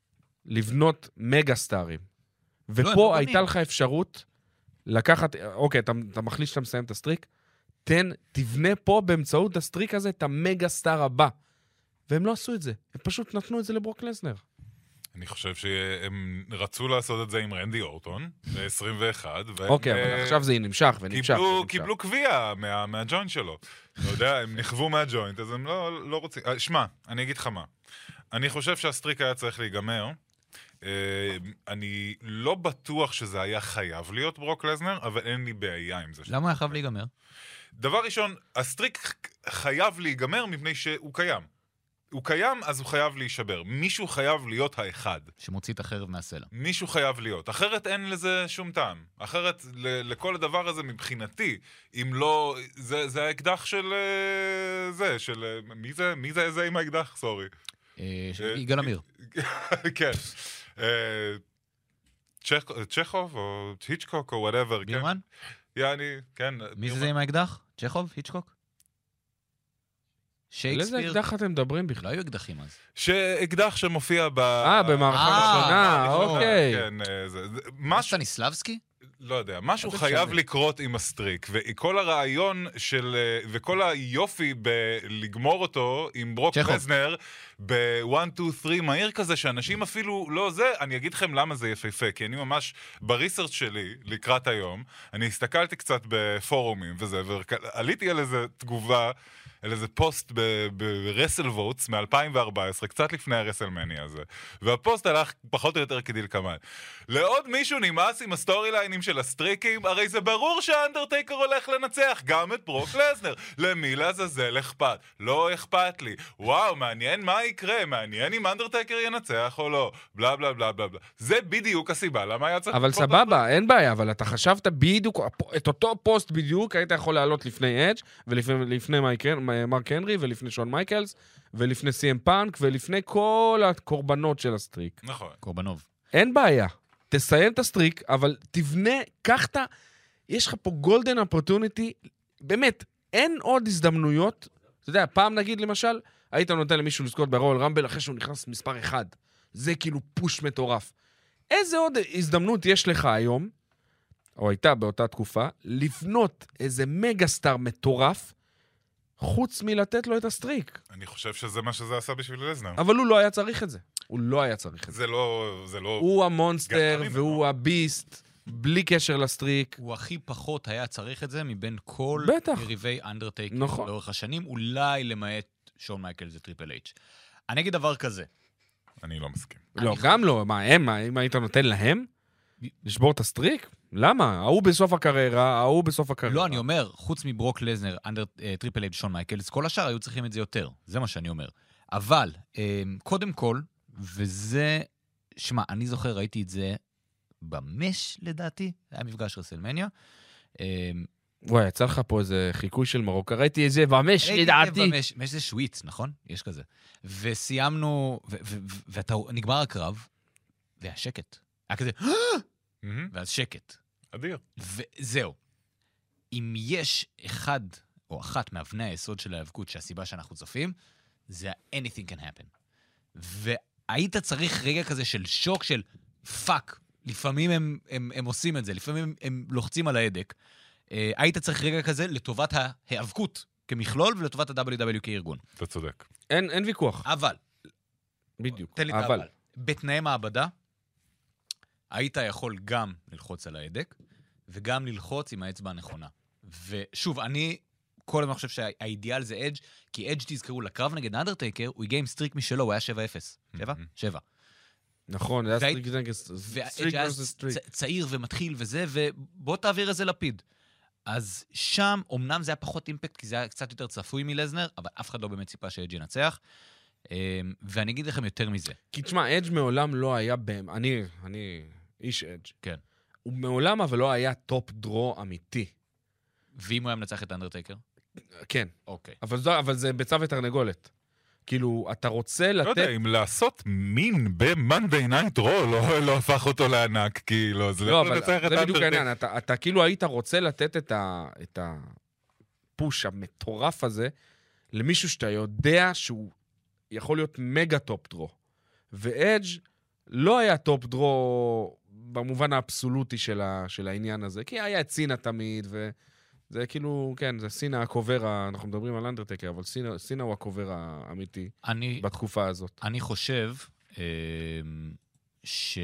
לבנות מגה סטארים. ופה הייתה לך אפשרות לקחת, אוקיי, אתה, אתה מחליט שאתה מסיים את הסטריק, תן, תבנה פה באמצעות הסטריק הזה את המגה סטאר הבא. והם לא עשו את זה, הם פשוט נתנו את זה לברוק לסנר. אני חושב שהם רצו לעשות את זה עם רנדי אורטון, ב-עשרים ואחת, אוקיי, אבל עכשיו זה נמשך ונמשך. קיבלו קביעה מהג'וינט שלו. אתה יודע, הם נכוו מהג'וינט, אז הם לא רוצים... שמע, אני אגיד לך מה. אני חושב שהסטריק היה צריך להיגמר. אני לא בטוח שזה היה חייב להיות ברוק לסנר, אבל אין לי בעיה עם זה. למה היה חייב להיגמר? דבר ראשון, הסטריק חייב להיגמר מפני שהוא קיים. הוא קיים, אז הוא חייב להישבר. מישהו חייב להיות האחד. שמוציא את החרב מהסלע. מישהו חייב להיות. אחרת אין לזה שום טעם. אחרת, ל- לכל הדבר הזה מבחינתי, אם לא... זה, זה האקדח של... זה, של... מי זה? מי זה זה עם האקדח? סורי. יגאל עמיר. כן. צ'כוב או היצ'קוק או whatever. בירמן? יעני, כן. מי זה עם האקדח? צ'כוב? היצ'קוק? לאיזה אקדח אתם מדברים בכלל? לא היו אקדחים אז. שאקדח שמופיע ב... אה, במערכה ראשונה, אוקיי. כן, זה... מה סטניסלבסקי? לא יודע, משהו חייב לקרות עם הסטריק, וכל הרעיון של... וכל היופי בלגמור אותו עם ברוק לסנר, ב-one, two, three מהיר כזה, שאנשים אפילו לא זה, אני אגיד לכם למה זה יפהפה, כי אני ממש, בריסרצ' שלי, לקראת היום, אני הסתכלתי קצת בפורומים וזה, ועליתי על איזה תגובה, על איזה פוסט ברסל ווטס מ-אלפיים וארבע עשרה, קצת לפני הרסלמניה הזה. והפוסט הלך פחות או יותר כדלקמן. לעוד מישהו נמאס עם הסטורי ליינים של הסטריקים, הרי זה ברור שהאנדרטייקר הולך לנצח גם את ברוק לסנר. למי לעזאזל אכפת? לא אכפת לי. וואו, מעניין מה יקרה, מעניין אם אנדרטייקר ינצח או לא. בלה בלה בלה בלה בלה. זה בדיוק הסיבה, למה היה צריך... אבל סבבה, אין בעיה, אבל אתה חשבת בדיוק, את אותו פוסט בדיוק, היית יכול לעלות לפני אדג' ולפני מרק הנרי, ולפני שון מייקלס, ולפני סי-אם פאנק, ולפני כל הקורבנות של הסטריק. נכון. קורבנוב. אין בעיה. תסיים את הסטריק, אבל תבנה, קח את... יש לך פה גולדן אופורטוניטי, באמת, אין עוד הזדמנויות. אתה יודע, פעם נגיד למשל, היית נותן למישהו לזכות ברול רמבל אחרי שהוא נכנס מספר אחד. זה כאילו פוש מטורף. איזה עוד הזדמנות יש לך היום, או הייתה באותה תקופה, לבנות איזה מגה סטאר מטורף, חוץ מלתת לו את הסטריק. אני חושב שזה מה שזה עשה בשביל לסנר. אבל הוא לא היה צריך את זה. הוא לא היה צריך את זה. זה לא... זה לא... הוא המונסטר והוא הביסט, בלי קשר לסטריק. הוא הכי פחות היה צריך את זה מבין כל בטח. יריבי אנדרטייקר נכון. לאורך השנים, אולי למעט שון מייקל זה טריפל אייץ'. אני אגיד דבר כזה. אני לא מסכים. לא, גם לא. מה, הם, אם היית נותן להם לשבור את הסטריק? למה? ההוא בסוף הקריירה, ההוא בסוף הקריירה. לא, אני אומר, חוץ מברוק לזנר, אנדר טריפל אייץ' שון מייקלס, כל השאר היו צריכים את זה יותר. זה מה שאני אומר. אבל, קודם כל, וזה שמע, אני זוכר, ראיתי את זה במש, לדעתי, זה היה מפגש רסלמניה. וואי, יצא לך פה איזה חיקוי של מרוקה, ראיתי את זה במש, לדעתי. במש, מש זה שוויץ, נכון? יש כזה. וסיימנו, ואתה נגמר הקרב, והיה שקט. היה כזה, ואז שקט. אדיר. וזהו. אם יש אחד או אחת מאבני היסוד של ההיאבקות, שהסיבה שאנחנו צופים, זה ה-anything can happen. והיית צריך רגע כזה של שוק של פאק. לפעמים הם, הם, הם עושים את זה, לפעמים הם לוחצים על ההדק. היית צריך רגע כזה לטובת ההיאבקות כמכלול ולטובת ה-דאבליו דאבליו אי כארגון. אתה צודק. אין, אין ויכוח. אבל, בדיוק. תן לי את אבל. האבל. בתנאי מעבדה, היית יכול גם ללחוץ על ההדק, וגם ללחוץ עם האצבע הנכונה. ושוב, אני כל הזמן חושב שהאידיאל זה אדג', כי אדג' תזכרו, לקרב נגד אנדרטייקר, הוא הגיע עם סטריק משלו, הוא היה שבע אפס. שבע? שבע. נכון, זה היה סטריק נגד סטריק ורסס סטריק. צעיר ומתחיל וזה, ובוא תעביר איזה לפיד. אז שם, אמנם זה היה פחות אימפקט, כי זה היה קצת יותר צפוי מלזנר, אבל אף אחד לא באמת ציפה שאדג' ינצח. ואני אגיד לכם יותר מזה. כי תשמע, אדג' מעולם לא היה, אני, אני איש אדג'. כן. הוא מעולם אבל לא היה טופ דרו אמיתי. ואם הוא היה מנצח את אנדרטייקר? כן. אוקיי. אבל, זו, אבל זה ביצה ותרנגולת. כאילו, אתה רוצה לתת... לא יודע, אם לעשות מין ב-Monday Night Raw לא, לא הפך אותו לענק, כאילו, זה לא, אבל זה בדיוק העניין. אתה, אתה כאילו היית רוצה לתת את, ה, את הפוש המטורף הזה למישהו שאתה יודע שהוא יכול להיות מגה טופ דרו. ואדג' לא היה טופ דרו במובן האבסולוטי של, ה, של העניין הזה, כי היה את סינה תמיד, וזה כאילו, כן, זה סינה הקובר, אנחנו מדברים על אנדרטייקר, אבל סינה, סינה הוא הקובר האמיתי אני, בתקופה הזאת. אני חושב אה, ש...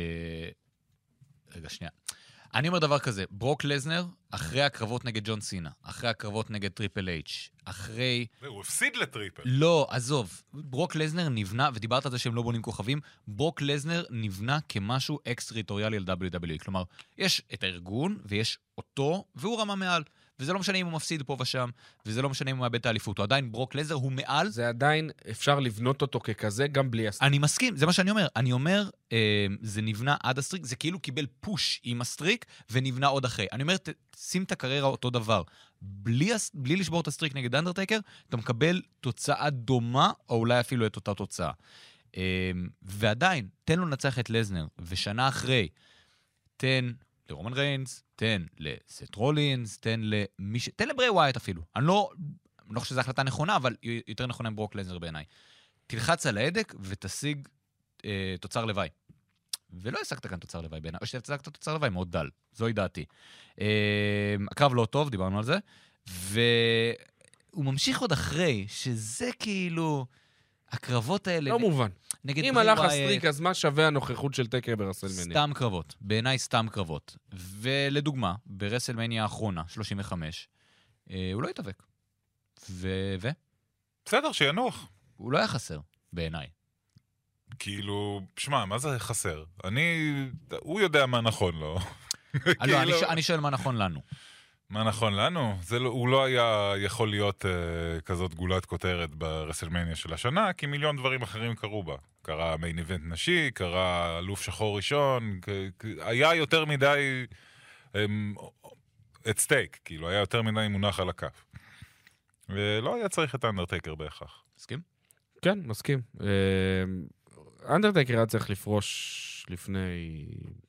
רגע, שנייה. אני אומר דבר כזה, ברוק לזנר, אחרי הקרבות נגד ג'ון סינה, אחרי הקרבות נגד טריפל אייץ', אחרי... הוא הפסיד לטריפל. לא, עזוב. ברוק לזנר נבנה, ודיברת על זה שהם לא בונים כוכבים, ברוק לזנר נבנה כמשהו אקס-טריטוריאלי על דאבליו דאבליו אי. כלומר, יש את הארגון, ויש אותו, והוא רמה מעל. וזה לא משנה אם הוא מפסיד פה ושם, וזה לא משנה אם הוא מאבד את האליפות. הוא עדיין ברוק לזנר, הוא מעל. זה עדיין אפשר לבנות אותו ככזה, גם בלי הסטריק. אני מסכים, זה מה שאני אומר. אני אומר, אה, זה נבנה עד הסטריק, זה כאילו קיבל פוש עם הסטריק, ונבנה עוד אחרי. אני אומר, שים את הקריירה אותו דבר. בלי, בלי לשבור את הסטריק נגד אנדרטייקר, אתה מקבל תוצאה דומה, או אולי אפילו את אותה תוצאה. אה, ועדיין, תן לו לנצח את לזנר, ושנה אחרי, תן לרומן ריינס, תן לסט רולינס, תן למי ש... תן לברי ווייט אפילו. אני לא, אני לא חושב שזו החלטה נכונה, אבל יותר נכונה עם ברוק לזנר בעיניי. תלחץ על ההדק ותשיג אה, תוצר לוואי. ולא השגת כאן תוצר לוואי בעיניי, או שתשגת תוצר לוואי מאוד דל. זוהי דעתי. אה, הקרב לא טוב, דיברנו על זה, והוא ממשיך עוד אחרי, שזה כאילו... הקרבות האלה... לא מובן. אם הלך הסטריק, אז מה שווה הנוכחות של טייקר ברסלמניה? סתם קרבות. בעיניי סתם קרבות. ולדוגמה, ברסלמניה האחרונה, שלושים וחמש, הוא לא התאבק. ו... ו? בסדר, שינוח. הוא לא היה חסר, בעיניי. כאילו, שמע, מה זה חסר? אני... הוא יודע מה נכון לו. לא, אני שואל מה נכון לנו. מה נכון לנו? זה לא, הוא לא היה יכול להיות uh, כזאת גולת כותרת ברסלמניה של השנה, כי מיליון דברים אחרים קרו בה. קרה מיין איבנט נשי, קרה אלוף שחור ראשון, היה יותר מדי את סטייק, כאילו, היה יותר מדי מונח על הכף. ולא היה צריך את האנדרטייקר בהכרח. מסכים? כן, מסכים. האנדרטייקר היה צריך לפרוש לפני...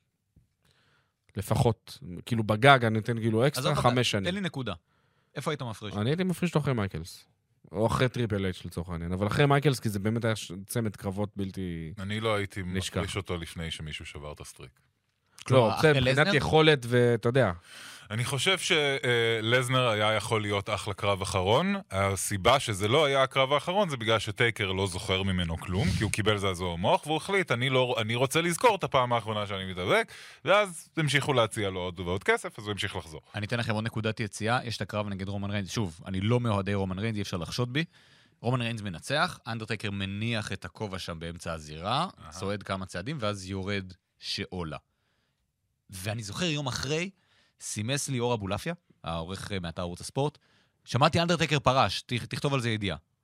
לפחות, כאילו בגג, אני אתן כאילו אקסטרה חמש שנים. תן לי נקודה. איפה היית מפריש? אני הייתי מפריש לו אחרי מייקלס. או אחרי טריפל אייץ' לצורך העניין. אבל אחרי מייקלס, כי זה באמת היה צמד קרבות בלתי... אני לא הייתי מפריש אותו לפני שמישהו שבר את הסטריק. לא, מבחינת יכולת ואתה יודע. אני חושב שלזנר היה יכול להיות אחלה קרב אחרון. הסיבה שזה לא היה הקרב האחרון זה בגלל שטייקר לא זוכר ממנו כלום, כי הוא קיבל זעזוע מוח, והוא החליט, אני, לא, אני רוצה לזכור את הפעם האחרונה שאני מתאבק, ואז המשיכו להציע לו עוד ועוד כסף, אז הוא המשיך לחזור. אני אתן לכם עוד נקודת יציאה, יש את הקרב נגד רומן ריינס. שוב, אני לא מאוהדי רומן ריינס, אי אפשר לחשוד בי. רומן ריינס מנצח, אנדרטייקר מניח את הכובע שם באמצע הזירה, צועד כמה צעדים, ואז יורד שעולה. ואני זוכר יום אחרי, סימס לי אור אבולאפיה, העורך מאתר ערוץ הספורט, שמעתי אנדרטייקר פרש, תכתוב על זה ידיעה.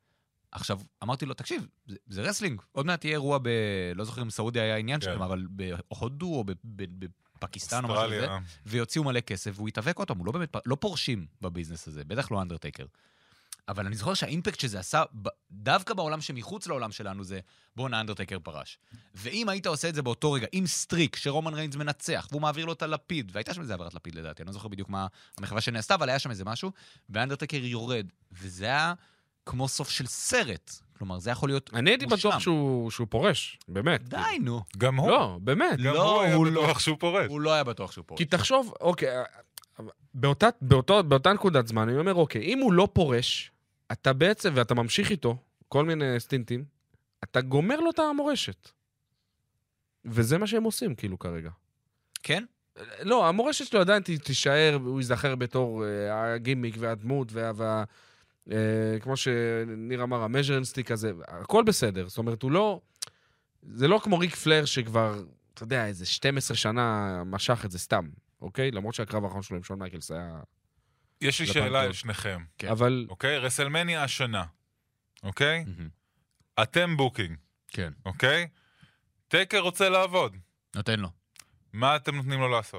עכשיו, אמרתי לו, תקשיב, זה, זה רסלינג. עוד מעט תהיה אירוע ב... לא זוכר אם סעודיה היה עניין שלהם, אבל בהודו או בפקיסטן או משהו כזה, ויוציאו מלא כסף, והוא יתאבק אותם, הוא לא באמת, לא פורשים בביזנס הזה, בטח לא אנדרטייקר. אבל אני זוכר שהאימפקט שזה עשה, דווקא בעולם שמחוץ לעולם שלנו זה, בוא נאנדרטייקר פרש. ואם היית עושה את זה באותו רגע, עם סטריק, שרומן ריינס מנצח, והוא מעביר לו את הלפיד, והייתה שם איזה עברת לפיד לדעתי, אני לא זוכר בדיוק מה המחווה שנעשתה, אבל היה שם איזה משהו, ואנדרטייקר יורד, וזה היה כמו סוף של סרט. כלומר, זה יכול להיות... אני הייתי בטוח שהוא, שהוא פורש, באמת. די, נו. גם הוא. לא, באמת. גם לא, הוא היה הוא בטוח לא. שהוא פורש. הוא לא היה בטוח שהוא פורש. כי תחשוב, אוקיי, באותה, באותו, באותה נקודת זמן, אני אומר, אוקיי, אם הוא לא פורש, אתה בעצם, ואתה ממשיך איתו, כל מיני סטינטים, אתה גומר לו את המורשת. וזה מה שהם עושים, כאילו, כרגע. כן? לא, המורשת שלו עדיין תישאר, הוא ייזכר בתור הגימיק והדמות, וה... וה Uh, כמו שניר אמר, המז'רנסטיק הזה, הכל בסדר. זאת אומרת, הוא לא... זה לא כמו ריק פלר שכבר, אתה יודע, איזה שתים עשרה שנה משך את זה סתם, אוקיי? למרות שהקרב האחרון שלו עם שון מייקלס היה... יש לי שאלה על שניכם. כן. אבל... אוקיי? רסלמניה השנה. אוקיי? אתם בוקינג. כן. אוקיי? טייקר רוצה לעבוד. נותן לו. מה אתם נותנים לו לעשות?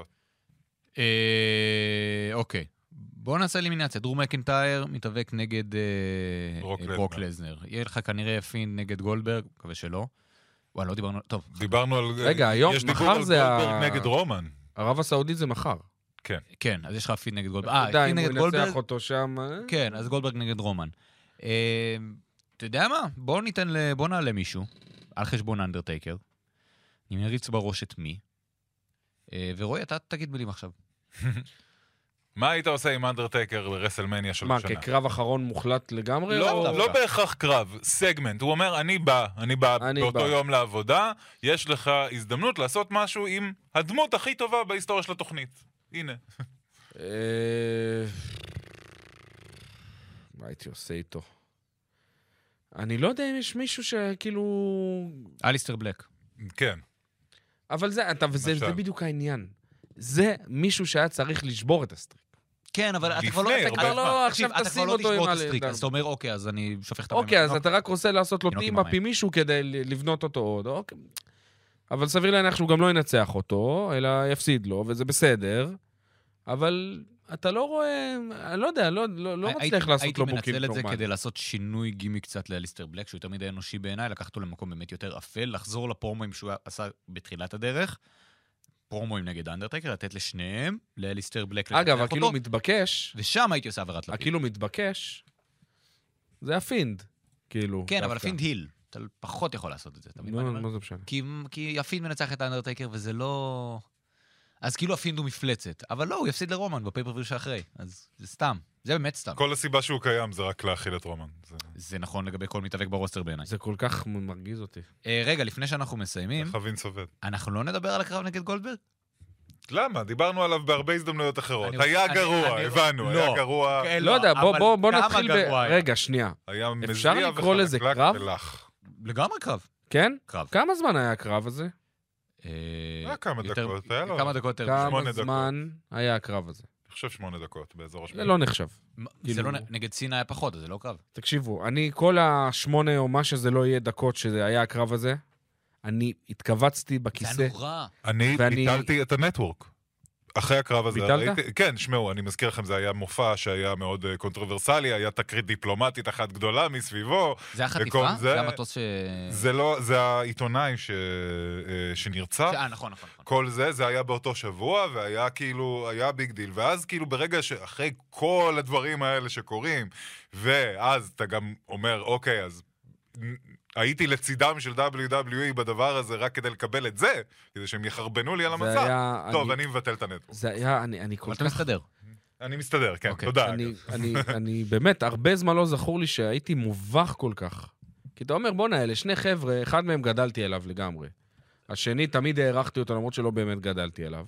אה, אוקיי. בואו נעשה אלימינציה. דרו מקינטייר מתאבק נגד ברוק לזנר. יהיה לך כנראה פין נגד גולדברג, מקווה שלא. וואי, לא דיברנו... טוב. דיברנו על... רגע, היום, מחר זה ה... יש דיבור על גולדברג נגד רומן. ערב הסעודית זה מחר. כן. כן, אז יש לך פין נגד גולדברג. אה, די, פין אם נגד הוא ינצח גולדברג. אותו שם... כן, אז גולדברג נגד רומן. אתה יודע מה? בואו ניתן ל... בואו נעלה מישהו, על חשבון אנדרטייקר. אני מריץ בראש את מי. ורואי, אתה תגיד מילים עכשיו. מה היית עושה עם אנדרטייקר ברסלמניה של השנה? מה, כקרב אחרון מוחלט לגמרי? לא, לא בהכרח קרב, סגמנט. הוא אומר, אני בא, אני בא אני באותו בא. יום לעבודה, יש לך הזדמנות לעשות משהו עם הדמות הכי טובה בהיסטוריה של התוכנית. הנה. אה, מה הייתי עושה איתו? אני לא יודע אם יש מישהו שכאילו... אליסטר בלק. כן. אבל זה, אתה, וזה, למשל. זה בדיוק העניין. זה מישהו שהיה צריך לשבור את הסטריק. כן, אבל אתה כבר לא... לפני, אתה הרבה כבר זמן. לא... עכשיו תקשיב, אתה תשים כבר לא אותו תשבור עם את הסטריק, ה- אז אתה אומר, אוקיי, אז אני שופך את המים. אוקיי, אז בתינוק. אתה רק רוצה לעשות לו תינוק עם טים-אפ המים. עם מישהו כדי לבנות אותו עוד, אוקיי. אבל סביר להניח שהוא גם לא ינצח אותו, אלא יפסיד לו, וזה בסדר. אבל אתה לא רואה... אני לא יודע, לא, לא, לא הייתי- מצליח לעשות לו בוקים הייתי מנצל את זה נורמלי. כדי לעשות שינוי גימי קצת לאליסטר בלק, שהוא תמיד היה אנושי בעיניי, לקחת אותו למקום באמת יותר אפל, לחזור לפרומואים שהוא עשה בתחילת הדרך, פרומואים נגד אנדרטייקר, לתת לשניהם, לאליסטר בלק אגב, לנצח הכאילו אותו, מתבקש, ושם הייתי עושה עבירת לפיד. הכאילו מתבקש, זה הפינד, כאילו. כן, אבל דווקא. הפינד היל, אתה פחות יכול לעשות את זה, אתה מבין מה לא, אני אומר? לא זה משנה. כי, כי הפינד מנצח את האנדרטייקר, וזה לא... אז כאילו הפינד הוא מפלצת. אבל לא, הוא יפסיד לרומן בפייפריוויו שאחרי. אז זה סתם. זה באמת סתם. כל הסיבה שהוא קיים זה רק להכיל את רומן. זה... זה נכון לגבי כל מתאבק ברוסטר בעיניי. זה כל כך מרגיז אותי. אה, רגע, לפני שאנחנו מסיימים, איך הווינס עובד. אנחנו לא נדבר על הקרב נגד גולדברג? למה? דיברנו עליו בהרבה הזדמנויות אחרות. אני- היה אני- גרוע, אני- הבנו, לא. היה גרוע, כן, לא יודע, בוא- אבל בוא בוא כמה נתחיל ב... גרוע היה? רגע, שנייה. היה אפשר מזיע לקרוא לזה וחלקלק קרב? ולח. לגמרי קרב. כן? קרב. כמה זמן היה הקרב הזה? אה, היה כמה יותר- דקות, היה לו- כמה דקות יותר. כמה שמונה דקות. זמן היה הקרב הזה? אני חושב שמונה דקות באזור זה השמונה. לא נחשב. מה, זה כאילו- לא נ- נגד סינה היה פחות, אז זה לא קרב. תקשיבו, אני כל השמונה או מה שזה לא יהיה דקות שזה היה הקרב הזה, אני התכווצתי זה בכיסא. היה נורא. אני ואני- ביטלתי את הנטוורק. אחרי הקרב הזה. ביטלת? ראיתי, כן, שמעו, אני מזכיר לכם, זה היה מופע שהיה מאוד uh, קונטרוברסלי, היה תקרית דיפלומטית אחת גדולה מסביבו. זה היה וכל חטיפה? זה- זה המטוס ש... זה לא, זה העיתונאי ש, uh, שנרצח. אה, נכון, נכון. נכון. כל זה, זה היה באותו שבוע, והיה כאילו, היה ביג דיל. ואז כאילו ברגע שאחרי כל הדברים האלה שקורים, ואז אתה גם אומר, אוקיי, אז הייתי לצידם של דאבליו דאבליו אי בדבר הזה רק כדי לקבל את זה, כדי שהם יחרבנו לי על זה המצב. היה... טוב, אני- אני מבטל את הנטוורק. זה היה... אני אני כל אבל אתה כך... מסתדר. אני מסתדר, כן, אוקיי. תודה. אני, אגב. אני, אני באמת, הרבה זמן לא זכור לי שהייתי מובך כל כך. כי אתה אומר, בוא נהל, שני חבר'ה, אחד מהם גדלתי אליו לגמרי. השני, תמיד הערכתי אותו, למרות שלא באמת גדלתי אליו.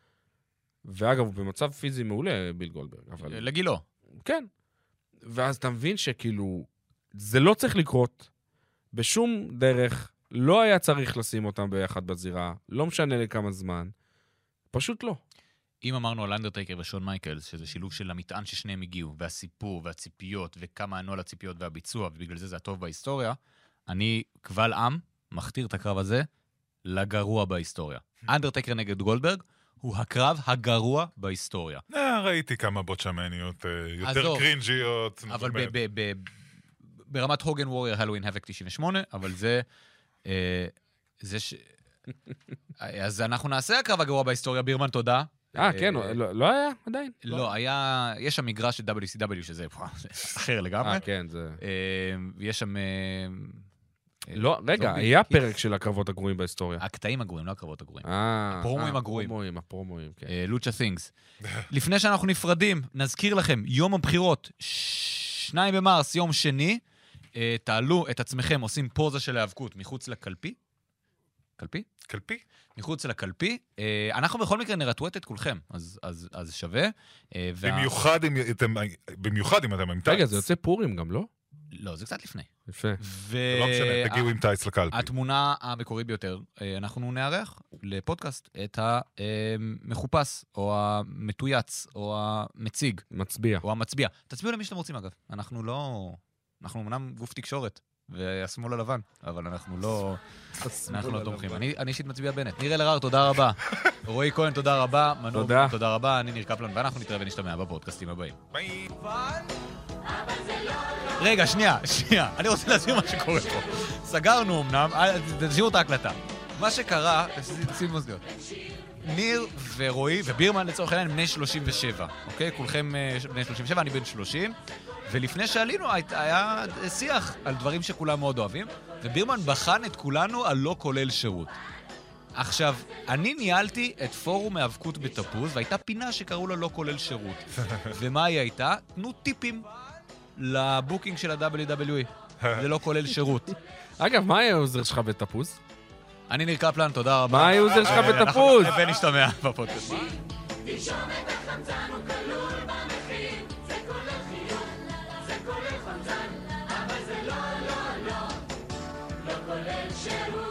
ואגב, הוא במצב פיזי מעולה, ביל גולדברג. אבל... לגילו. כן. ואז אתה מבין שכאילו, זה לא צריך לקרות. בשום דרך, לא היה צריך לשים אותם ביחד בזירה, לא משנה לכמה זמן. פשוט לא. אם אמרנו על אנדרטייקר ושון מייקלס, שזה שילוב של המטען ששניהם הגיעו, והסיפור והציפיות, וכמה ענו על הציפיות והביצוע, ובגלל זה זה הטוב בהיסטוריה, אני קבל עם, מכתיר את הקרב הזה, לגרוע בהיסטוריה. אנדרטייקר נגד גולדברג, הוא הקרב הגרוע בהיסטוריה. ראיתי כמה בוטשמניות יותר קרינג'יות. אבל ברמת הוגן וורייר הלואין האבק תשעים ושמונה, אבל זה... זה ש... אז אנחנו נעשה הקרב הגרוע בהיסטוריה, בירמן, תודה. אה, כן, לא היה עדיין? לא, היה... יש שם מגרש של דאבליו סי דאבליו, שזה אחר לגמרי. אה, כן, זה... יש שם... לא, רגע, היה פרק של הקרבות הגרועים בהיסטוריה. הקטעים הגרועים, לא הקרבות הגרועים. אה, הפרומואים הגרועים. הפרומואים, הפרומואים, כן. לוצ'ה תינגס. לפני שאנחנו נפרדים, נזכיר לכם, יום הבחירות, שניים במרס, יום שני, תעלו את עצמכם, עושים פוזה של ההיאבקות מחוץ לקלפי. קלפי? קלפי? מחוץ לקלפי. אנחנו בכל מקרה נרטווט את כולכם, אז, אז, אז שווה. במיוחד אם אתם, במיוחד אם אתם עם טייץ. רגע, זה יוצא פורים גם, לא? לא, זה קצת לפני. יפה. ו... לא משנה, תגיעו עם טייץ לקלפי. התמונה המקורית ביותר, אנחנו נערך לפודקאסט את המחופש, או המתויץ, או המציג. מצביע. או המצביע. תצביעו למי שאתם רוצים, אגב. אנחנו לא... אנחנו אמנם גוף תקשורת, והשמאל הלבן, אבל אנחנו לא... אנחנו לא תומכים. אני אישית מצביע בנט. ניר אלהרר, תודה רבה. רועי כהן, תודה רבה. מנור, תודה רבה. אני ניר קפלן, ואנחנו נתראה ונשתמע בפודקאסטים הבאים. ביי. רגע, שנייה, שנייה. אני רוצה להסביר מה שקורה פה. סגרנו אמנם, תשאירו את ההקלטה. מה שקרה, תשים מוזגות. ניר ורועי ובירמן לצורך העניין בני שלושים ושבע, אוקיי? כולכם בני שלושים ושבע, אני בן שלושים. ולפני שעלינו היה שיח על דברים שכולם מאוד אוהבים, ובירמן בחן את כולנו על לא כולל שירות. עכשיו, אני ניהלתי את פורום האבקות בתפוז, והייתה פינה שקראו לה לא כולל שירות. ומה היא הייתה? תנו טיפים לבוקינג של ה-דאבליו דאבליו אי. זה לא כולל שירות. אגב, מה היה העוזר שלך בתפוז? אני ניר קפלן, תודה רבה. מה העוזר שלך בתפוז? ונשתמע בפודקאסט. זה כולל חמצן, אבל זה לא, לא, לא, לא כולל שירות.